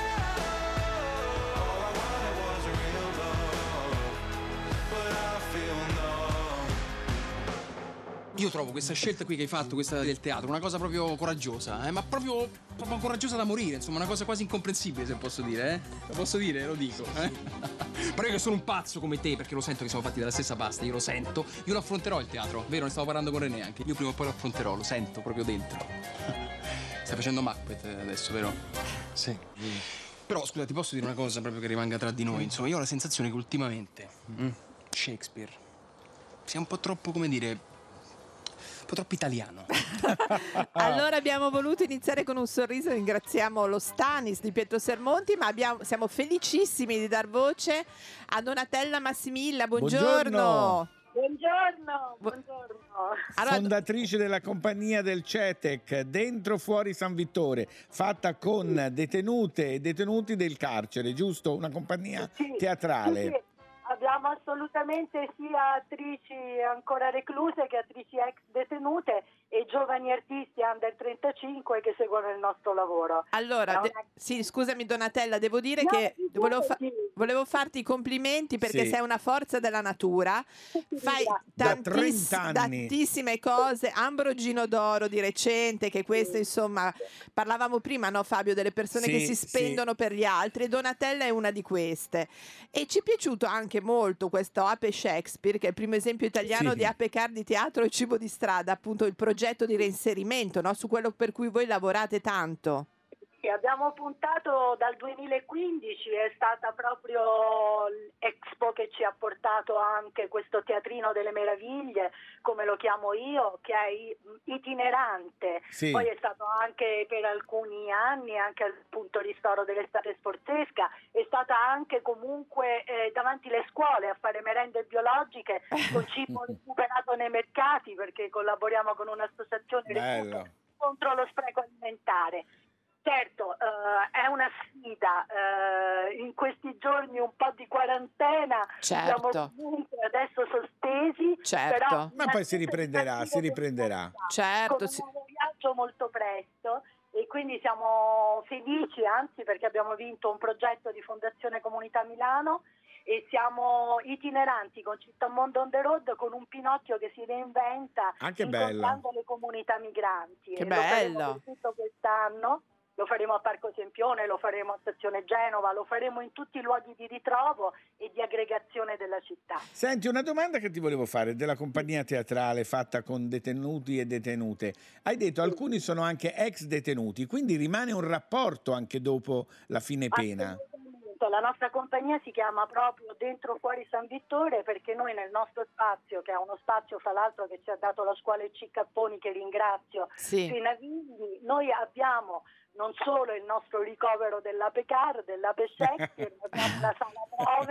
numb. All I wanted was a real love, but I feel numb. Io trovo questa scelta qui che hai fatto, questa del teatro, una cosa proprio coraggiosa, eh? Ma proprio, proprio coraggiosa da morire, insomma, una cosa quasi incomprensibile, se posso dire, eh? Lo posso dire, lo dico, eh? Però io che sono un pazzo come te, perché lo sento che siamo fatti dalla stessa pasta, io lo sento, io lo affronterò il teatro, vero? Ne stavo parlando con René anche, io prima o poi lo affronterò, lo sento proprio dentro. Stai facendo Macbeth adesso, vero? Sì. Però scusa, ti posso dire una cosa proprio che rimanga tra di noi, insomma, io ho la sensazione che ultimamente mm, Shakespeare sia un po' troppo, come dire, un po' troppo italiano. Allora abbiamo voluto iniziare con un sorriso, ringraziamo lo Stanis di Pietro Sermonti, ma abbiamo, siamo felicissimi di dar voce a Donatella Massimilla, buongiorno. Buongiorno. Buongiorno, buongiorno. Fondatrice della compagnia del CETEC, dentro fuori San Vittore, fatta con detenute e detenuti del carcere, giusto? Una compagnia Sì, teatrale. sì, sì. Abbiamo assolutamente sia attrici ancora recluse che attrici ex detenute e giovani artisti under trentacinque che seguono il nostro lavoro. Allora, de- sì, scusami Donatella, devo dire No, che figurati. volevo, fa- volevo farti i complimenti perché Sì. sei una forza della natura, fai Da tantiss- trenta anni. tantissime cose, Ambrogino d'Oro di recente, che questo insomma, parlavamo prima, no Fabio, delle persone Sì, che si sì. spendono per gli altri, e Donatella è una di queste. E ci è piaciuto anche molto questo Ape Shakespeare, che è il primo esempio italiano Sì. di Ape Car di teatro e cibo di strada, appunto il progetto di reinserimento, no? Su quello per cui voi lavorate tanto. Sì, abbiamo puntato dal duemilaquindici, è stata proprio l'Expo che ci ha portato anche questo teatrino delle meraviglie, come lo chiamo io, che è itinerante. Sì. Poi è stato anche per alcuni anni anche al punto ristoro dell'estate sforzesca, è stata anche comunque eh, davanti alle scuole a fare merende biologiche con cibo recuperato nei mercati, perché collaboriamo con un'associazione Bello. contro lo spreco alimentare. Certo, eh, è una sfida, eh, in questi giorni un po' di quarantena, Certo. siamo comunque adesso sospesi, Certo. però Ma poi si riprenderà, si riprenderà. Certo, con sì. un nuovo viaggio molto presto, e quindi siamo felici, anzi, perché abbiamo vinto un progetto di Fondazione Comunità Milano e siamo itineranti con Città Mondo on the Road, con un Pinocchio che si reinventa Anche incontrando bello. le comunità migranti. Che e lo faremo bello. per tutto quest'anno. Lo faremo a Parco Sempione, lo faremo a Stazione Genova, lo faremo in tutti i luoghi di ritrovo e di aggregazione della città. Senti, una domanda che ti volevo fare della compagnia teatrale fatta con detenuti e detenute. Hai detto alcuni sono anche ex detenuti, quindi rimane un rapporto anche dopo la fine pena. La nostra compagnia si chiama proprio Dentro Fuori San Vittore, perché noi nel nostro spazio, che è uno spazio fra l'altro che ci ha dato la scuola E C Capponi, che ringrazio, Sì. sui Navigli, noi abbiamo non solo il nostro ricovero dell'Ape Car, dell'Ape Shakespeare, abbiamo una sala prove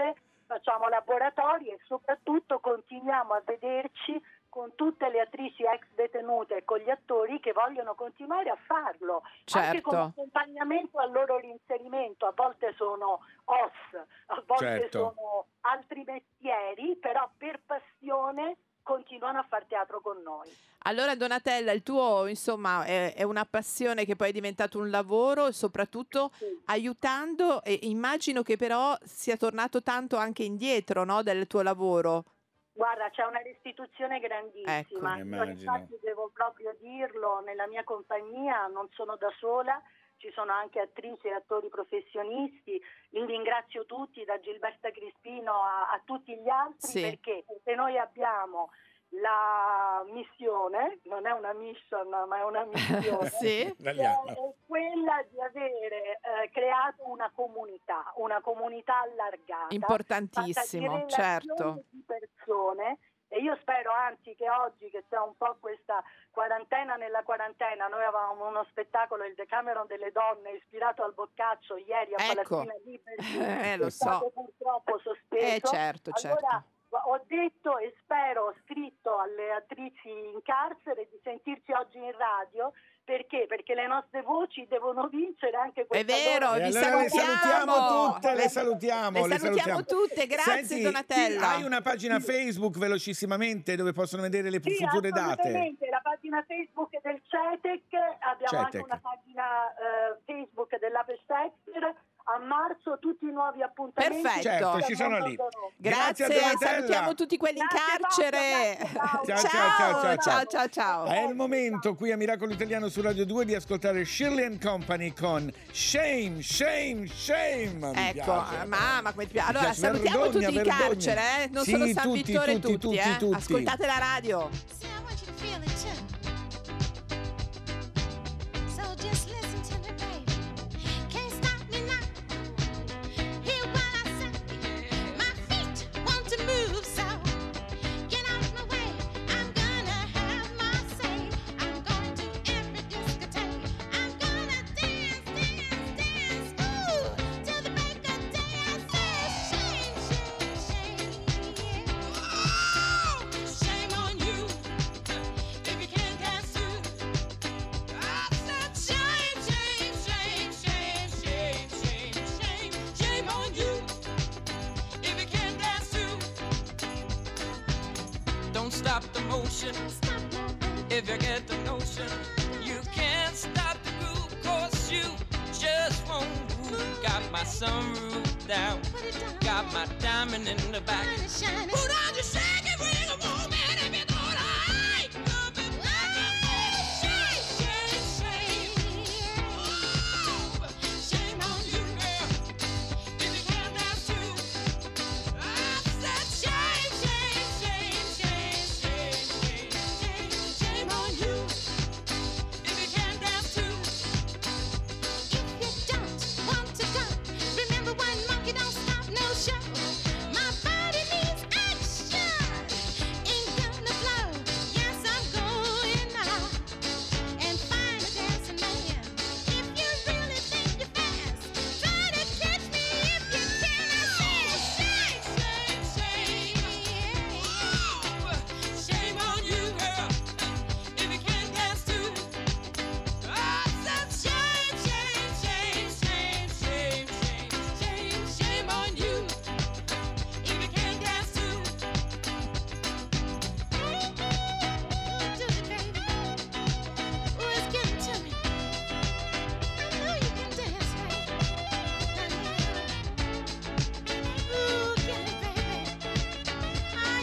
facciamo laboratori e soprattutto continuiamo a vederci con tutte le attrici ex detenute e con gli attori che vogliono continuare a farlo, Certo. anche come accompagnamento al loro reinserimento. A volte sono O S, a volte Certo. sono altri mestieri, però per passione continuano a far teatro con noi. Allora Donatella, il tuo insomma è, è una passione che poi è diventato un lavoro, soprattutto aiutando, e immagino che però sia tornato tanto anche indietro, no, del tuo lavoro. Guarda, c'è una restituzione grandissima. Ecco. Io Immagino. infatti devo proprio dirlo, nella mia compagnia non sono da sola, ci sono anche attrici e attori professionisti. Li ringrazio tutti, da Gilberta Crispino a, a tutti gli altri, Sì. perché se noi abbiamo la missione, non è una mission ma è una missione, Sì. è, Italiano. è quella di avere eh, creato una comunità, una comunità allargata, Importantissimo, fatta di certo. relazioni di persone. E io spero anzi che oggi, che c'è un po' questa quarantena nella quarantena, noi avevamo uno spettacolo, il Decameron delle donne, ispirato al Boccaccio, ieri a Ecco. Palazzina Liberty, Eh, lo è stato so. purtroppo sospeso. Eh, certo, Allora, ho detto e spero, ho scritto alle attrici in carcere di sentirci oggi in radio. Perché? Perché le nostre voci devono vincere anche È questa vero, loro- E vi allora le salutiamo salutiamo. tutte, le salutiamo. Le salutiamo tutte, grazie, Senti, Donatella. ti- hai una pagina Facebook velocissimamente dove possono vedere le Sì, future date? assolutamente, la pagina Facebook del CETEC, abbiamo anche CETEC. una pagina eh, Facebook dell'Ape Stexter. A marzo tutti i nuovi appuntamenti. Perfetto. Certo, ci sono lì. Grazie, Grazie a Donatella. salutiamo tutti quelli in Grazie, carcere. Paola, grazie, Ciao, ciao, ciao, ciao, ciao, ciao, ciao. È il momento qui a Miracolo Italiano su Radio due di ascoltare Shirley and Company con Shame, Shame, Shame. Mi Ecco, piace. mamma come ti piace. Mi Allora, piace, salutiamo vergogna, tutti in vergogna. carcere, eh? Non Sì, solo San tutti, Vittore tutti, tutti, tutti, eh? tutti. Ascoltate la radio. See, I want you to feel it too. So just listen to me, baby. Can't stop me now. Hear what I say. My feet want to move, so get out of my way. I'm gonna have my say. I'm going to every discotheque. I'm gonna dance, dance, dance, ooh, till the break of day. I say, shame, shame, shame, oh, shame on you if you can't dance too. I said, shame, shame, shame, shame, shame, shame, shame, shame on you if you can't dance too. Don't stop the motion if you get the notion. You can't stop the groove, cause you just won't move. Got my sunroof down, got my diamond in the back. Put on your shake it, ring a woman if you don't like. Shame, shame, shame. Oh, shame on you, girl, if you can't dance too. I said shame, shame, shame, shame, shame, shame, shame on you if you can't dance too. If you don't want to go, remember one monkey don't stop no show. My body needs action, ain't gonna flow. Yes, I'm going out and find a dancing man. If you really think you're fast, try to catch me if you can. I said shame, shame, shame. Oh, shame on you, girl, if you can't dance too. I said shame, shame, shame, shame, shame, shame, shame, shame on you if you can't dance too. Do it, baby. Ooh, it's getting to me. I know you can dance, baby. Ooh, get it, baby. Ah,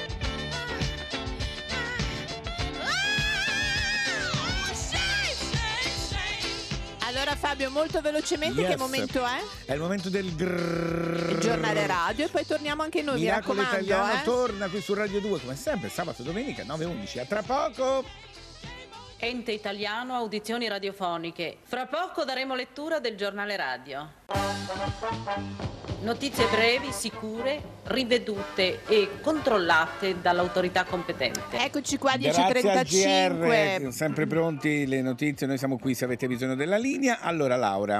Oh, shame, shame, shame. Allora Fabio, molto velocemente Yes. che momento è? È il momento del grrrr. Il giornale radio e poi torniamo anche noi, Miracolo mi raccomando. Italiano eh? torna qui su Radio due come sempre sabato e domenica nove e undici. A tra poco. Ente Italiano Audizioni Radiofoniche. Fra poco daremo lettura del giornale radio. Notizie brevi, sicure, rivedute e controllate dall'autorità competente. Eccoci qua, Grazie al G dieci e trentacinque. R, sempre pronti le notizie, noi siamo qui se avete bisogno della linea. Allora Laura,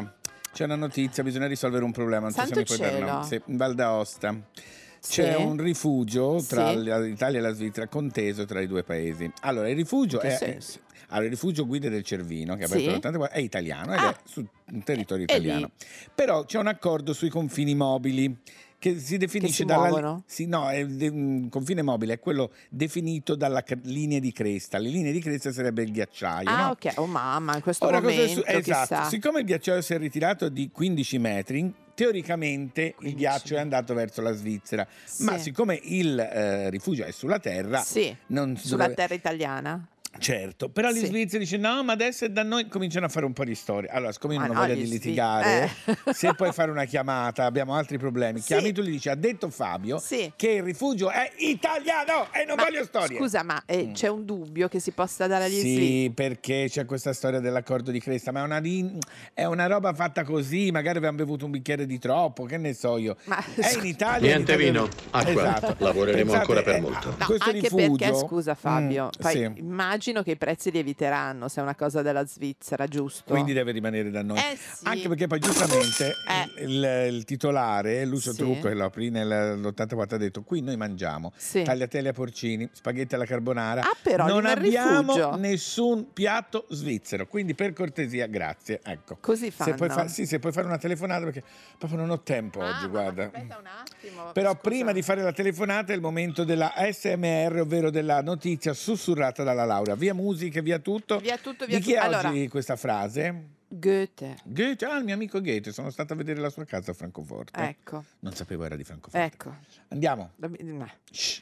C'è una notizia, bisogna risolvere un problema, non so se Santo ne puoi cielo. parlare. Sì, in Val d'Aosta c'è Sì. un rifugio tra Sì. l'Italia e la Svizzera, conteso tra i due paesi. Allora, il rifugio In che è senso? allora, il rifugio Guide del Cervino, che è Sì. aperto nell'ottantaquattro, è italiano ed Ah. è su un territorio E lì? italiano. Però c'è un accordo sui confini mobili che si definisce Che si dalla muovono? sì, no, è de- un confine mobile è quello definito dalla c- linea di cresta. Le linee di cresta sarebbe il ghiacciaio, Ah, no? ok. Oh mamma, in questo Ora, cosa è momento, su- esatto, chissà. siccome il ghiacciaio si è ritirato di quindici metri, teoricamente il ghiaccio è andato verso la Svizzera, ma Sì. siccome il eh, rifugio è sulla terra, Sì, non sulla dovrebbe- terra italiana. Certo, però gli Sì. svizzeri dicono no, ma adesso è da noi, cominciano a fare un po' di storie. Allora, siccome io Ma non ho no, voglia gli di svi- litigare, eh. se puoi fare una chiamata, abbiamo altri problemi. Sì. Chiami tu, gli dici, ha detto Fabio Sì. che il rifugio è italiano e non Ma, voglio storie. Scusa, ma eh, c'è un dubbio che si possa dare agli Sì, svizzeri? perché c'è questa storia dell'accordo di Cresta, ma è una, rin- è una roba fatta così, magari abbiamo bevuto un bicchiere di troppo, che ne so io. Ma È in Italia. Niente in Italia- vino, acqua. Esatto. Lavoreremo Pensate, ancora per eh, molto. No, questo anche rifugio, perché, scusa Fabio, Mm, poi sì. immagino che i prezzi lieviteranno se è una cosa della Svizzera, giusto? Quindi deve rimanere da noi. Eh sì. Anche perché poi giustamente Eh. il, il titolare, Lucio Sì. Trucco, che lo aprì nell'ottantaquattro, ha detto qui noi mangiamo Sì. tagliatelle a porcini, spaghetti alla carbonara, Ah, però, non lì nel abbiamo rifugio. nessun piatto svizzero, quindi per cortesia grazie. Ecco. Così Se puoi, fanno? fa- sì, se puoi fare una telefonata perché proprio non ho tempo Ah, oggi, ma guarda. aspetta un attimo. Però scusa. prima di fare la telefonata è il momento della A S M R, ovvero della notizia sussurrata dalla Laura. Via musica, via tutto. Via tutto, via Di chi è tutto. Allora, oggi questa frase? Goethe. Goethe, ah, il mio amico Goethe, sono stata a vedere la sua casa a Francoforte. Ecco, Non sapevo era di Francoforte. ecco. Andiamo. La, ma- Shh.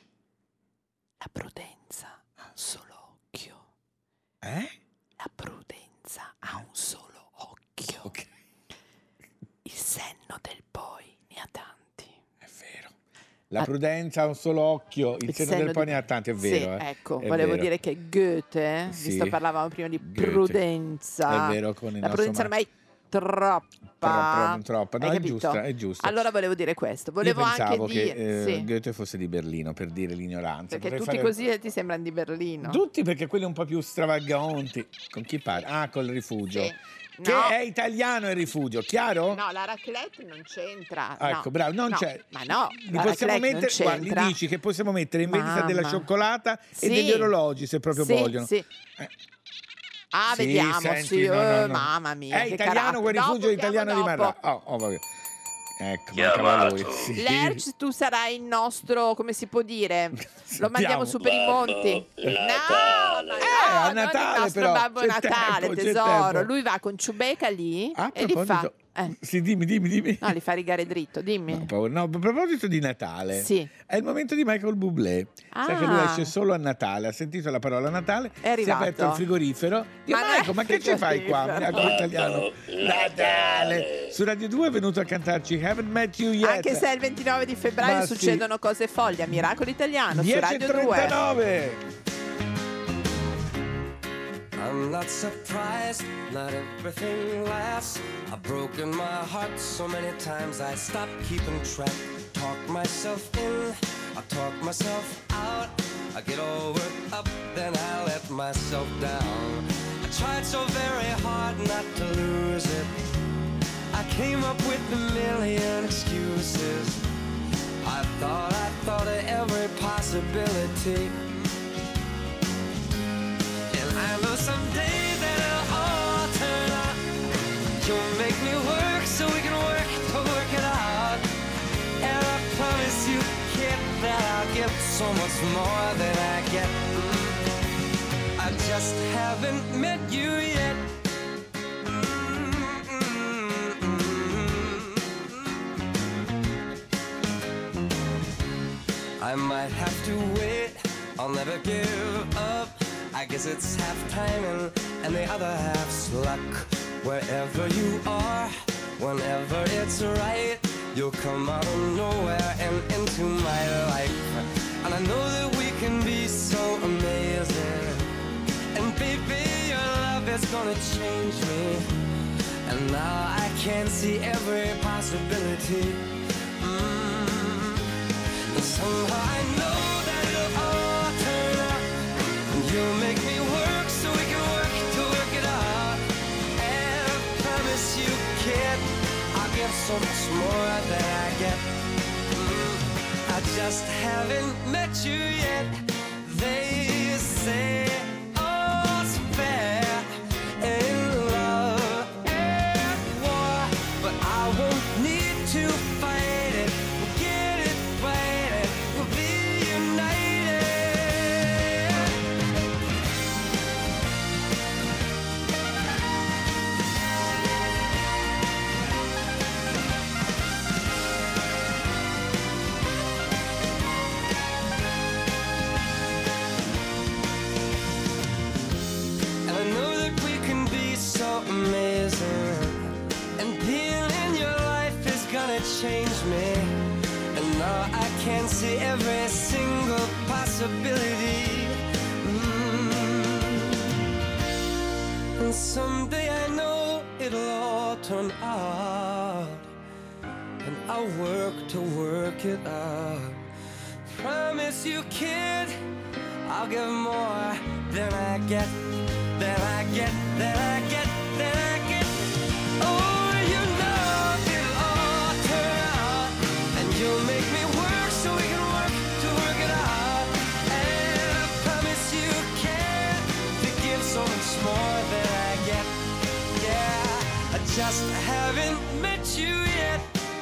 la prudenza ha un solo occhio. Eh? La prudenza ha un solo occhio. Ok. Il senno del poi ne ha tanti. È vero. La Ah. prudenza ha un solo occhio, il, Il seno senno del poi di- ne ha tanti, è Sì, vero. eh. ecco, È volevo vero. dire che Goethe, Sì. visto parlavamo prima di Goethe. prudenza. È vero, con il La nostro prudenza ma- ormai troppa. Troppo, troppo. No, Hai è capito? giusta, è giusta. Allora volevo dire questo. Volevo Io anche pensavo che dire eh, sì, Goethe fosse di Berlino, per dire l'ignoranza. perché Potrei tutti fare- così ti sembrano di Berlino. Tutti perché quelli un po' più stravaganti. Con chi parli? Ah, col rifugio. Sì. Che No. è italiano il rifugio, chiaro? No, la raclette non c'entra. Ah, no. ecco, bravo, non No, c'è. Ma no, Li la possiamo raclette mettere, non guarda, c'entra. gli dici che possiamo mettere in vendita della Mamma. cioccolata Sì. e degli orologi se proprio Sì, vogliono. sì. Eh. Ah, Sì, vediamo, senti, sì, no, no, eh, no. mamma mia. È che italiano carattere. quel rifugio, Dopo, è italiano chiamo rimarrà. dopo. Oh, oh, vabbè. Ecco, Chiamato. mancava lui. Sì. Lerch, tu sarai il nostro, come si può dire? Lo mandiamo su per i monti. No, ma Eh, a no, non Natale il nostro però, Babbo c'è Natale, tempo, c'è tesoro. tempo. Lui va con Ciubecca lì A e li fa. proposito, Eh, sì, dimmi, dimmi, dimmi. no, li fa rigare dritto, dimmi. No, paura. No, a proposito di Natale, Sì. è il momento di Michael Bublé. Sai che lui Ah. esce solo a Natale, ha sentito la parola Natale, È si è arrivato. aperto il frigorifero. Dio, Ma non è Michael, ma che ci fai qua? frigorifero. Miracolo italiano. Natale. Su Radio due è venuto a cantarci Haven't Met You Yet. Anche se è il ventinove di febbraio Ma sì. succedono cose folli a Miracolo Italiano su dieci e Radio due. trentanove. I'm not surprised, not everything lasts. I've broken my heart so many times I stopped keeping track. Talk myself in, I talk myself out. I get all worked up, then I let myself down. I tried so very hard not to lose it. I came up with a million excuses. I thought, I thought of every possibility. I know someday that it'll all turn out. You'll make me work so we can work to work it out. And I promise you, kid, that I'll give so much more than I get. Mm. I just haven't met you yet. I might have to wait, I'll never give up. I guess it's half timing and the other half's luck. Wherever you are, whenever it's right, you'll come out of nowhere and into my life. And I know that we can be so amazing. And baby, your love is gonna change me. And now I can see every possibility. Mm. And somehow I know that it'll all turn out. You'll make me work so we can work to work it out. And I promise you, kid, so much more than I get. Mm, I just haven't met you yet. They say all's fair in love and war, but I won't need to fight it. We'll get it right, we'll be united. And I know that we can be so amazing, and being in your life is gonna change me. And now I can see every single possibility. Mm. And someday I know it'll all turn out, and I'll work to work it out. Promise you, kid, I'll give more than I get, than I get, than I get, than I get. Oh, you know it'll all turn out, and you'll make me work so we can work to work it out. And I promise you can to give so much more than I get. Yeah, I just haven't met you yet.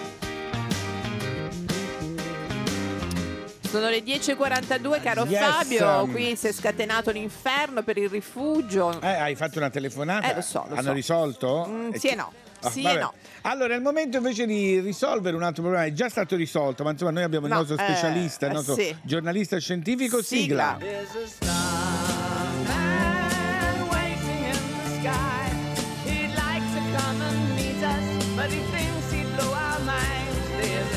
Sono le dieci e quarantadue, caro Yes. Fabio. Qui si è scatenato l'inferno per il rifugio. Eh, hai fatto una telefonata? Eh, lo so, lo Hanno so. risolto? Mm, E sì chi- e no. Ah, Sì vabbè. e no. Allora, è il momento invece di risolvere un altro problema. È già stato risolto, ma insomma noi abbiamo No, il nostro eh, specialista, il eh, nostro sì. giornalista scientifico. Sigla. Sigla. There's a starman waiting in the sky. He'd like to come and meet us, but he thinks he'd blow our minds. There's a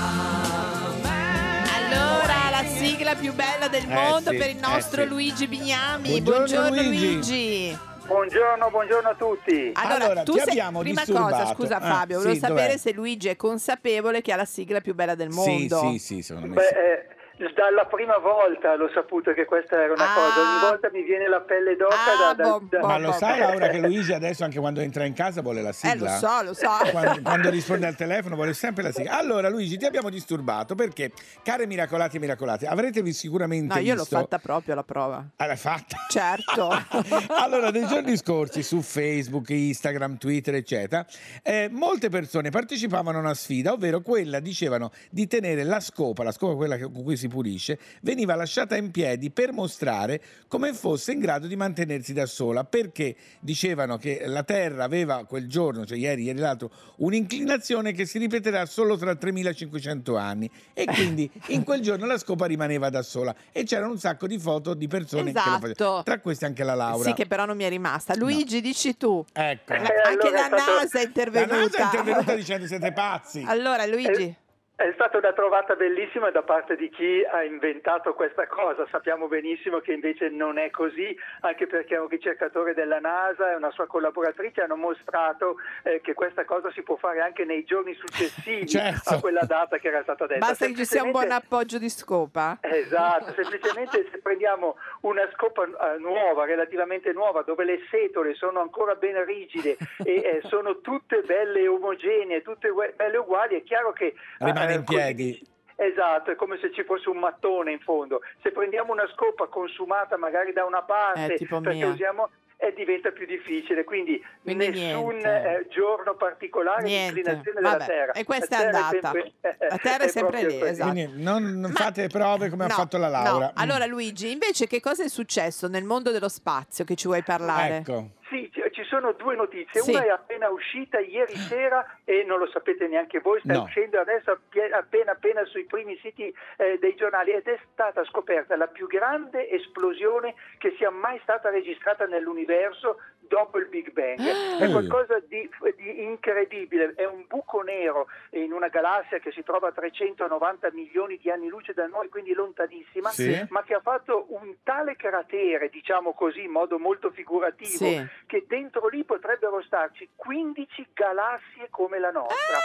starman. Allora, la sigla più bella del Eh, mondo sì, per il eh, nostro sì. Luigi Bignami. Buongiorno, Buongiorno, Luigi. Luigi. Buongiorno, buongiorno a tutti. Allora, Allora, tu ti sei, abbiamo prima disturbato. cosa, scusa Ah, Fabio, volevo sì, sapere dov'è? se Luigi è consapevole che ha la sigla più bella del mondo. Sì, sì, sì, secondo me Beh, sì. eh, dalla prima volta l'ho saputo che questa era una Ah. cosa, ogni volta mi viene la pelle d'oca Ah, da, da- boh, da- boh, Ma lo boh, sai boh. Laura che Luigi adesso anche quando entra in casa vuole la Eh, sigla? lo so, lo so. Quando, quando risponde al telefono vuole sempre la sigla. Allora Luigi, ti abbiamo disturbato perché, care miracolati e miracolate, avrete vi sicuramente No, io l'ho visto... fatta proprio la prova. Ah, l'hai fatta? Certo. Allora, nei giorni scorsi su Facebook, Instagram, Twitter, eccetera, eh, molte persone partecipavano a una sfida, ovvero quella, dicevano, di tenere la scopa, la scopa quella che- con cui si pulisce, veniva lasciata in piedi per mostrare come fosse in grado di mantenersi da sola, perché dicevano che la Terra aveva quel giorno, cioè ieri, ieri l'altro, un'inclinazione che si ripeterà solo tra tremilacinquecento anni e quindi in quel giorno la scopa rimaneva da sola e c'erano un sacco di foto di persone che lo Esatto. facevano, tra queste anche la Laura. Sì, che però non mi è rimasta. Luigi, dici tu. Ecco. Eh, Anche allora la è stato- NASA è La intervenuta. NASA è intervenuta dicendo siete pazzi. Allora, Luigi. È stata una trovata bellissima da parte di chi ha inventato questa cosa. Sappiamo benissimo che invece non è così, anche perché un ricercatore della NASA e una sua collaboratrice hanno mostrato eh, che questa cosa si può fare anche nei giorni successivi Certo. a quella data che era stata detta. Basta che ci sia un buon appoggio di scopa. Esatto, semplicemente se prendiamo una scopa eh, nuova, relativamente nuova, dove le setole sono ancora ben rigide e eh, sono tutte belle omogenee, tutte ue- belle uguali, è chiaro che Rimane eh, in piedi. così- Esatto, è come se ci fosse un mattone in fondo. Se prendiamo una scopa consumata magari da una parte Eh, tipo perché mia. usiamo e diventa più difficile, quindi, Quindi nessun niente. eh, giorno particolare di Niente. inclinazione Vabbè, della Terra. e questa La è Terra andata. sempre- La Terra è sempre proprio lì, così. esatto. Quindi non, non Ma- fate prove come No, ha fatto la Laura. no. Allora, Luigi, invece che cosa è successo nel mondo dello spazio che ci vuoi Mm. parlare? Ecco. Sì, ci- ci sono due notizie. Sì. Una è appena uscita ieri sera e non lo sapete neanche voi, sta No. uscendo adesso appie- appena appena sui primi siti eh, dei giornali ed è stata scoperta la più grande esplosione che sia mai stata registrata nell'universo dopo il Big Bang. È Eh. qualcosa di, di incredibile, è un buco nero in una galassia che si trova a trecentonovanta milioni di anni luce da noi, quindi lontanissima, Sì. ma che ha fatto un tale cratere, diciamo così, in modo molto figurativo, Sì. che dentro lì potrebbero starci quindici galassie come la nostra.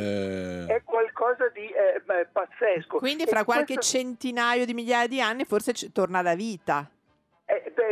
Eh, È, è qualcosa di eh, beh, pazzesco. Quindi E fra qualche questo- centinaio di migliaia di anni forse ci- torna la vita. Eh, beh,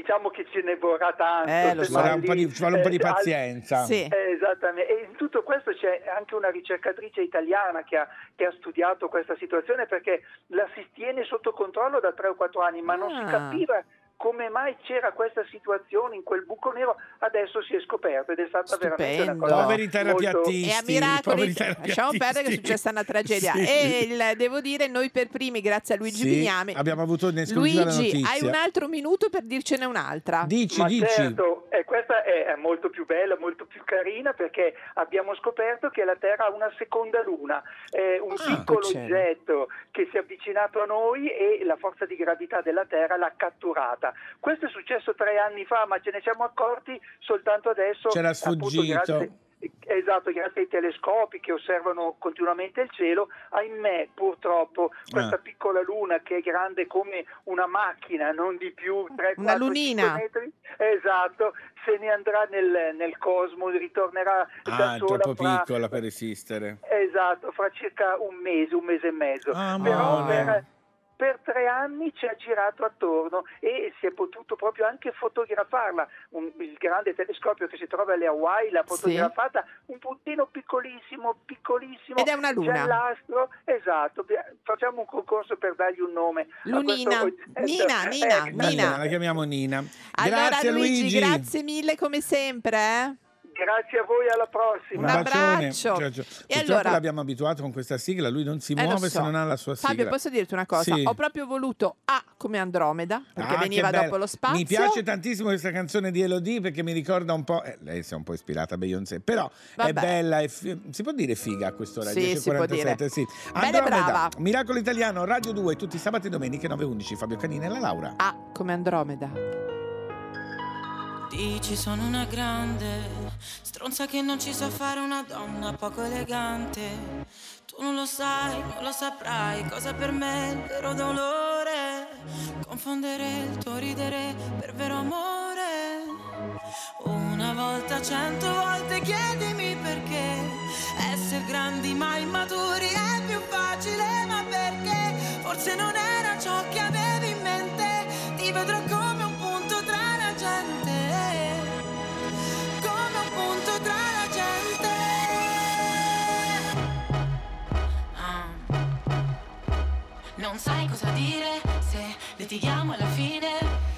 diciamo che ce ne vorrà tanto. Eh, lo so. Vorrà un po' di- ci vuole un po' di Eh, al- pazienza. Sì. eh, esattamente, e in tutto questo c'è anche una ricercatrice italiana che ha, che ha studiato questa situazione, perché la si tiene sotto controllo da tre o quattro anni, ma non si Ah. capiva come mai c'era questa situazione in quel buco nero. Adesso si è scoperto ed è stata veramente una cosa Poveri molto... terapiattisti. E a miracoli, poveri terapiattisti. lasciamo perdere che è successa una tragedia. Sì. E il- devo dire, noi per primi, grazie a Luigi Sì, Bignami. abbiamo avuto un'esclusiva Luigi, notizia. hai un altro minuto per dircene un'altra. Dici, Ma dici. certo, e questa è, è molto più bella, molto più carina, perché abbiamo scoperto che la Terra ha una seconda luna, è un Ah, piccolo che c'è. oggetto che si è avvicinato a noi e la forza di gravità della Terra l'ha catturata. Questo è successo tre anni fa, ma ce ne siamo accorti soltanto adesso. C'era appunto, sfuggito. grazie- Esatto, grazie ai telescopi che osservano continuamente il cielo. Ahimè, purtroppo, questa Ah. piccola luna, che è grande come una macchina, non di più, tre, Una quattro, lunina. cinque metri, esatto, se ne andrà nel, nel cosmo, ritornerà da Ah, è sola troppo fra, piccola per resistere. esatto, fra circa un mese, un mese e mezzo. Ah, Però amore. per, per tre anni ci ha girato attorno e si è potuto proprio anche fotografarla. Un- il grande telescopio che si trova alle Hawaii l'ha fotografata, un puntino piccolissimo, piccolissimo. Ed è una luna. Giallastro, esatto. Facciamo un concorso per dargli un nome. a Lunina. questo oggetto. Nina, Nina, Eh, Nina. La chiamiamo Nina. Allora Grazie Luigi, Luigi. grazie mille come sempre. eh. Grazie a voi, alla prossima. Un bacione. abbraccio. Ciao, ciao. E Purtroppo allora- l'abbiamo abituato con questa sigla, lui non si Eh, lo muove so. se non ha la sua sigla. Fabio, posso dirti una cosa? Sì. Ho proprio voluto A come Andromeda, perché Ah, veniva che bella. dopo lo spazio. Mi piace tantissimo questa canzone di Elodie perché mi ricorda un po'. Eh, lei si è un po' ispirata a Beyoncé, però Vabbè. è bella. È fi- si può dire figa a quest'ora? Sì, si può dire. dieci e quarantasette, sì. Bella e Andromeda, brava. Miracolo Italiano, Radio due, tutti i sabati e domeniche nove e undici. Fabio Canini e la Laura. A come Andromeda. Dici sono una grande stronza che non ci sa fare una donna poco elegante. Tu non lo sai, non lo saprai cosa per me è il vero dolore. Confondere il tuo ridere per vero amore. Una volta, cento volte chiedimi perché essere grandi ma immaturi è più facile, ma perché forse non era ciò che avevi in mente. Ti vedrò come un punto tra la gente, come un punto tra la gente. Ah. Non sai cosa dire se litighiamo alla fine.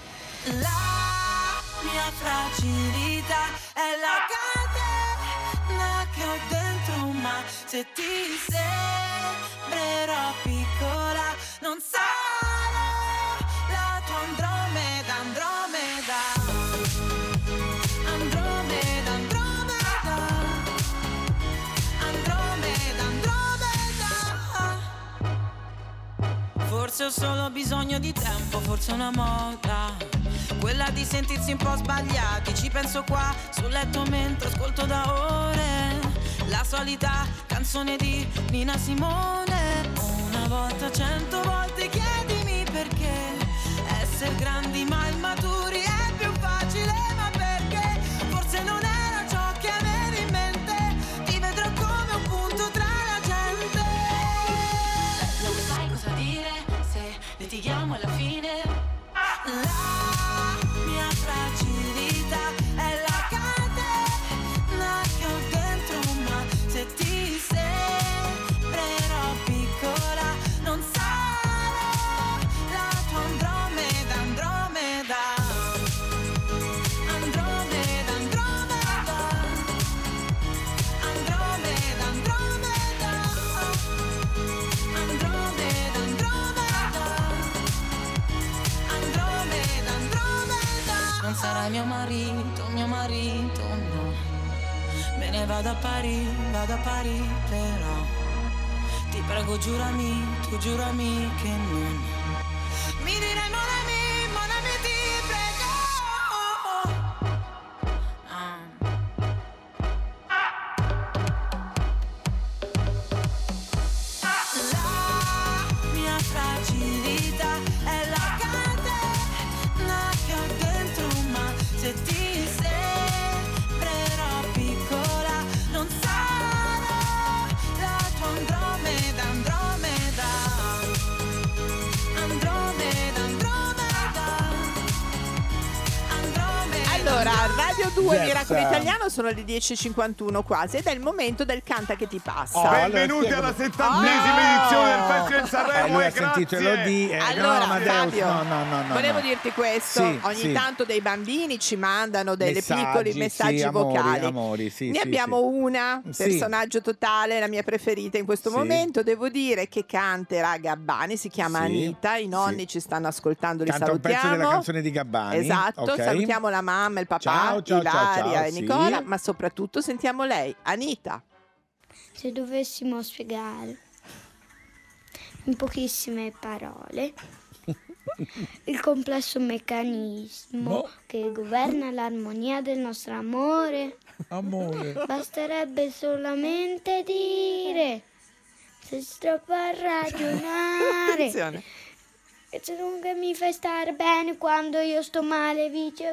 La mia fragilità è la catena che ho dentro, ma se ti sembrerò piccola non sarò la tua Andromeda, Andromeda. Andromeda, Andromeda. Andromeda, Andromeda. Forse ho solo bisogno di tempo, forse una moda, quella di sentirsi un po' sbagliati. Ci penso qua sul letto mentre ascolto da ore la solita canzone di Nina Simone. Una volta, cento volte chiedimi perché essere grandi ma immaturi è più facile, ma perché forse non era ciò che avevi in mente. Ti vedrò come un punto tra la gente. Non sai cosa dire se litighiamo alla fine. La mia fragilità è la catena che ho dentro, ma se ti sembrerò piccola non sarò la tua Andromeda, Andromeda. Andromeda, Andromeda. Andromeda, Andromeda. Andromeda, Andromeda. Andromeda, Andromeda. Non sarai mio marito, mio marito, no. Me ne vado a Parigi, vado a Parigi, però ti prego giurami, tu giurami che non mi dirai mon ami, mon ami, ti prego. Ah. La mia fragilità è la catena che ho dentro, ma se ti sembrerò piccola non sarò la tua Andromeda, Andromeda. Andromeda. Radio due Yes. Miracolo Italiano, sono le dieci e cinquantuno quasi ed è il momento del Canta che ti passa. Oh, Benvenuti allora, alla settantesima no! edizione del Festival di Sanremo. Eh, lui e ha sentito grazie. Elodie. Eh, Allora, no, Amadeus, Fabio, no, no, no, no, volevo no. dirti questo, Sì, ogni sì. tanto dei bambini ci mandano dei Messaggi, piccoli messaggi sì, amori, vocali. amori, sì, ne sì, abbiamo sì. una, Sì. personaggio totale, la mia preferita in questo Sì. momento, devo dire che canterà Gabbani, si chiama Sì, Anita, i nonni sì. ci stanno ascoltando, li Canta un pezzo salutiamo. della canzone di Gabbani. Esatto, Ok. salutiamo la mamma, il papà, Ciao, ciao, Ilaria ciao, ciao, e sì. Nicola, ma soprattutto sentiamo lei, Anita. Se dovessimo spiegare in pochissime parole il complesso meccanismo No. che governa l'armonia del nostro amore, Amore. basterebbe solamente dire, se si troppo a ragionare, Attenzione. che se non che mi fai stare bene quando io sto male,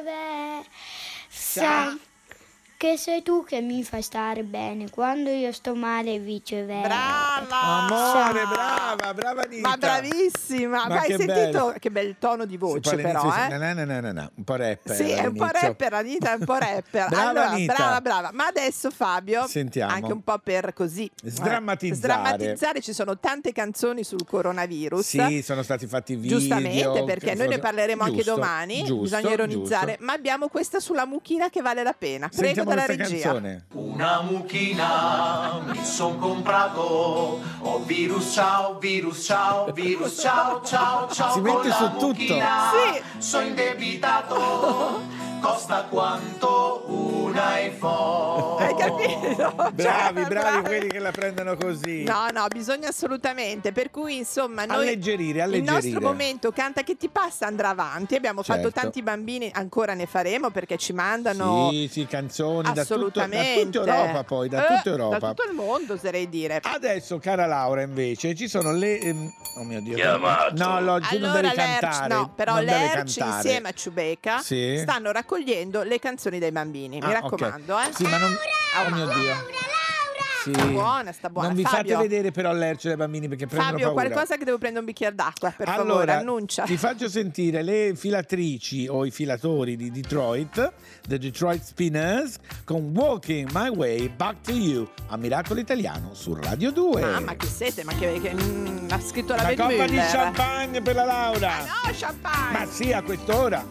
viceversa. Che sei tu che mi fai stare bene quando io sto male e viceversa. Brava! Amore, brava, brava Anita. Ma bravissima! Ma Ma hai che sentito bello. che bel tono di Se voce poi però, all'inizio eh? dice, no, no, no, no, no, un po' rapper. Sì, è un po' all'inizio. rapper, Anita è un po' rapper. Brava, allora, Anita. brava, brava. Ma adesso Fabio, Sentiamo. anche un po' per così eh, Sdrammatizzare. sdrammatizzare, ci sono tante canzoni sul coronavirus. Sì, sono stati fatti video. Giustamente, perché noi ne parleremo anche Giusto, domani, giusto, bisogna ironizzare, giusto. ma abbiamo questa sulla mucchina che vale la pena. Prego Sentiamo dalla questa regia. canzone. Una mucchina mi son comprato. Oh virus ciao, virus ciao, virus ciao, ciao, ciao. Si con mette la su tutto. mucchina Sì. sono indebitato. Costa quanto un iPhone. Hai capito? Bravi, Cioè, bravi quelli che la prendono così. No, no, bisogna assolutamente. Per cui, insomma, noi Alleggerire, il alleggerire. nostro momento Canta che ti passa andrà avanti. Abbiamo fatto Certo. tanti bambini, ancora ne faremo perché ci mandano Sì, sì, canzoni da, tutto, da assolutamente tutta Europa poi, da Eh, tutta Europa. da tutto il mondo, oserei dire. Adesso, cara Laura, invece, ci sono le... ehm, oh mio Dio. Chiamato. No, lo, tu non Allora devi l'Erc, cantare. no, però non deve l'Erc cantare. insieme a Ciubecca Sì. stanno raccogliendo le canzoni dei bambini. Mi Ah, raccomando, ok. eh. Sì, ma non... Oh mio Dio. Sì. Sta buona, sta buona. Non vi Fabio, fate vedere però l'erce dei bambini perché prendono Fabio, paura. qualcosa che devo prendere un bicchiere d'acqua, per favore, Allora, annuncia. ti faccio sentire le filatrici o i filatori di Detroit, The Detroit Spinners, con Walking My Way Back to You a Miracolo Italiano su Radio due. Mamma, che sete, ma che, che mm, ha scritto la Una coppa di Wegmüller. champagne per la Laura. No, champagne. Ma sì, a quest'ora.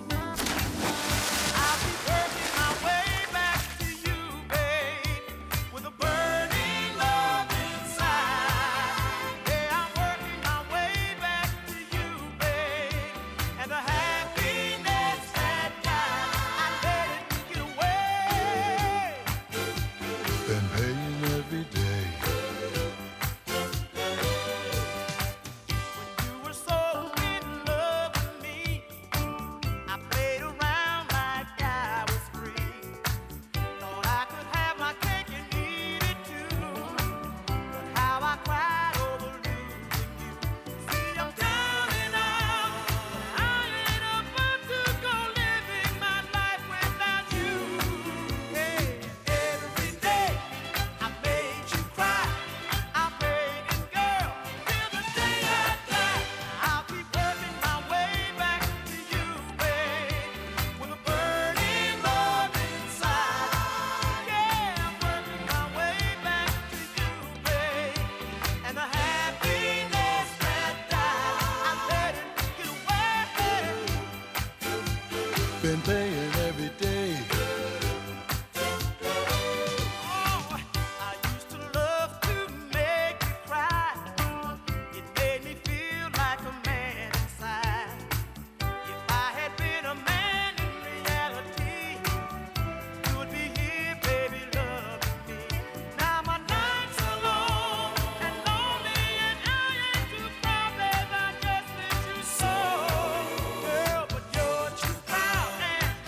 Been paying every day. You were so in love with me. I played around like I was free. Thought I could have my cake and eat it too. But how I cried over losing you. See, I'm down and out. I ain't about to go living my life without you. Hey, every day I made you cry. I prayed and girl, till the day I die, I'll keep working my way back to you, babe, with a burning love inside. Yeah, I'm working my way back to you, babe, and the happiness that died, I let it get away. Been paying every day. Oh, I used to love to make you cry. It made me feel like a man inside. If I had been a man in reality, you would be here, baby, loving me. Now my nights are long and lonely, and I ain't too proud, babe, I just miss you so. Girl, but you're too proud and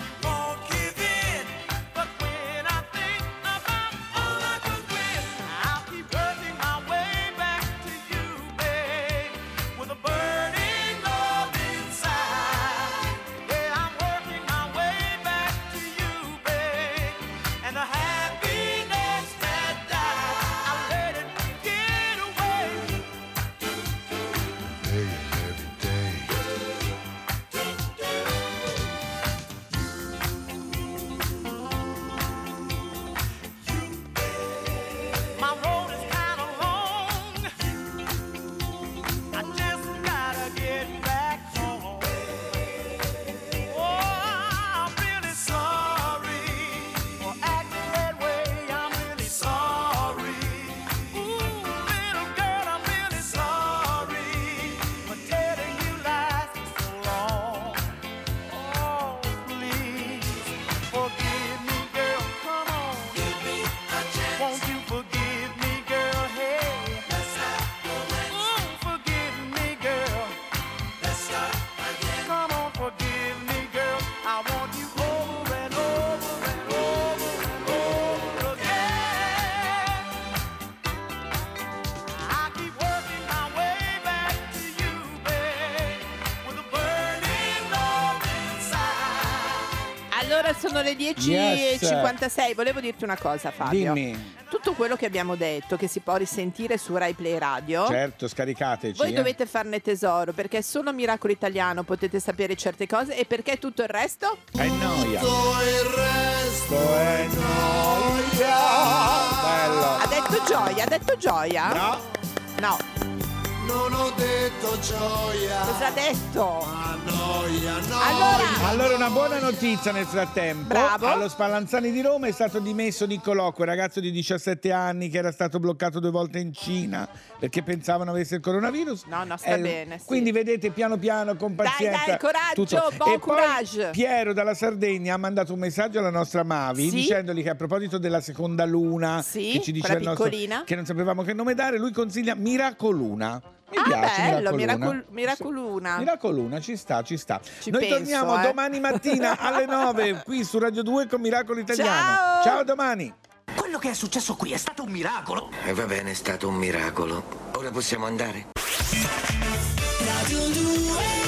Allora sono le dieci e Yes. cinquantasei. Volevo dirti una cosa, Fabio. Dimmi. Tutto quello che abbiamo detto, che si può risentire su Rai Play Radio, Certo, scaricateci. voi eh. dovete farne tesoro, perché solo Miracolo Italiano potete sapere certe cose, e perché tutto il resto? È noia. Tutto il resto è noia. Bello. Ha detto gioia, ha detto gioia? No. No. Non ho detto gioia. Cosa ha detto? Ma noia, noia. Allora, Allora, una buona notizia nel frattempo. Bravo. Allo Spallanzani di Roma è stato dimesso Niccolò, quel ragazzo di diciassette anni che era stato bloccato due volte in Cina perché pensavano avesse il coronavirus. No, no, sta bene, sì. Quindi vedete, piano piano, con Dai, pazienza. dai, coraggio, tutto. bon E poi courage. Piero dalla Sardegna ha mandato un messaggio alla nostra Mavi, Sì? dicendogli che a proposito della seconda luna, Sì, che ci dice quella il nostro, piccolina. che non sapevamo che nome dare, lui consiglia Miracoluna. Mi ah, piace bello, Miracoluna. miracol- Miracoluna. Miracoluna, ci sta, ci sta. Ci Noi penso, torniamo eh. domani mattina alle nove qui su Radio due con Miracolo Italiano. Ciao! Ciao, domani. Quello che è successo qui è stato un miracolo. E va bene, è stato un miracolo. Ora possiamo andare? Radio due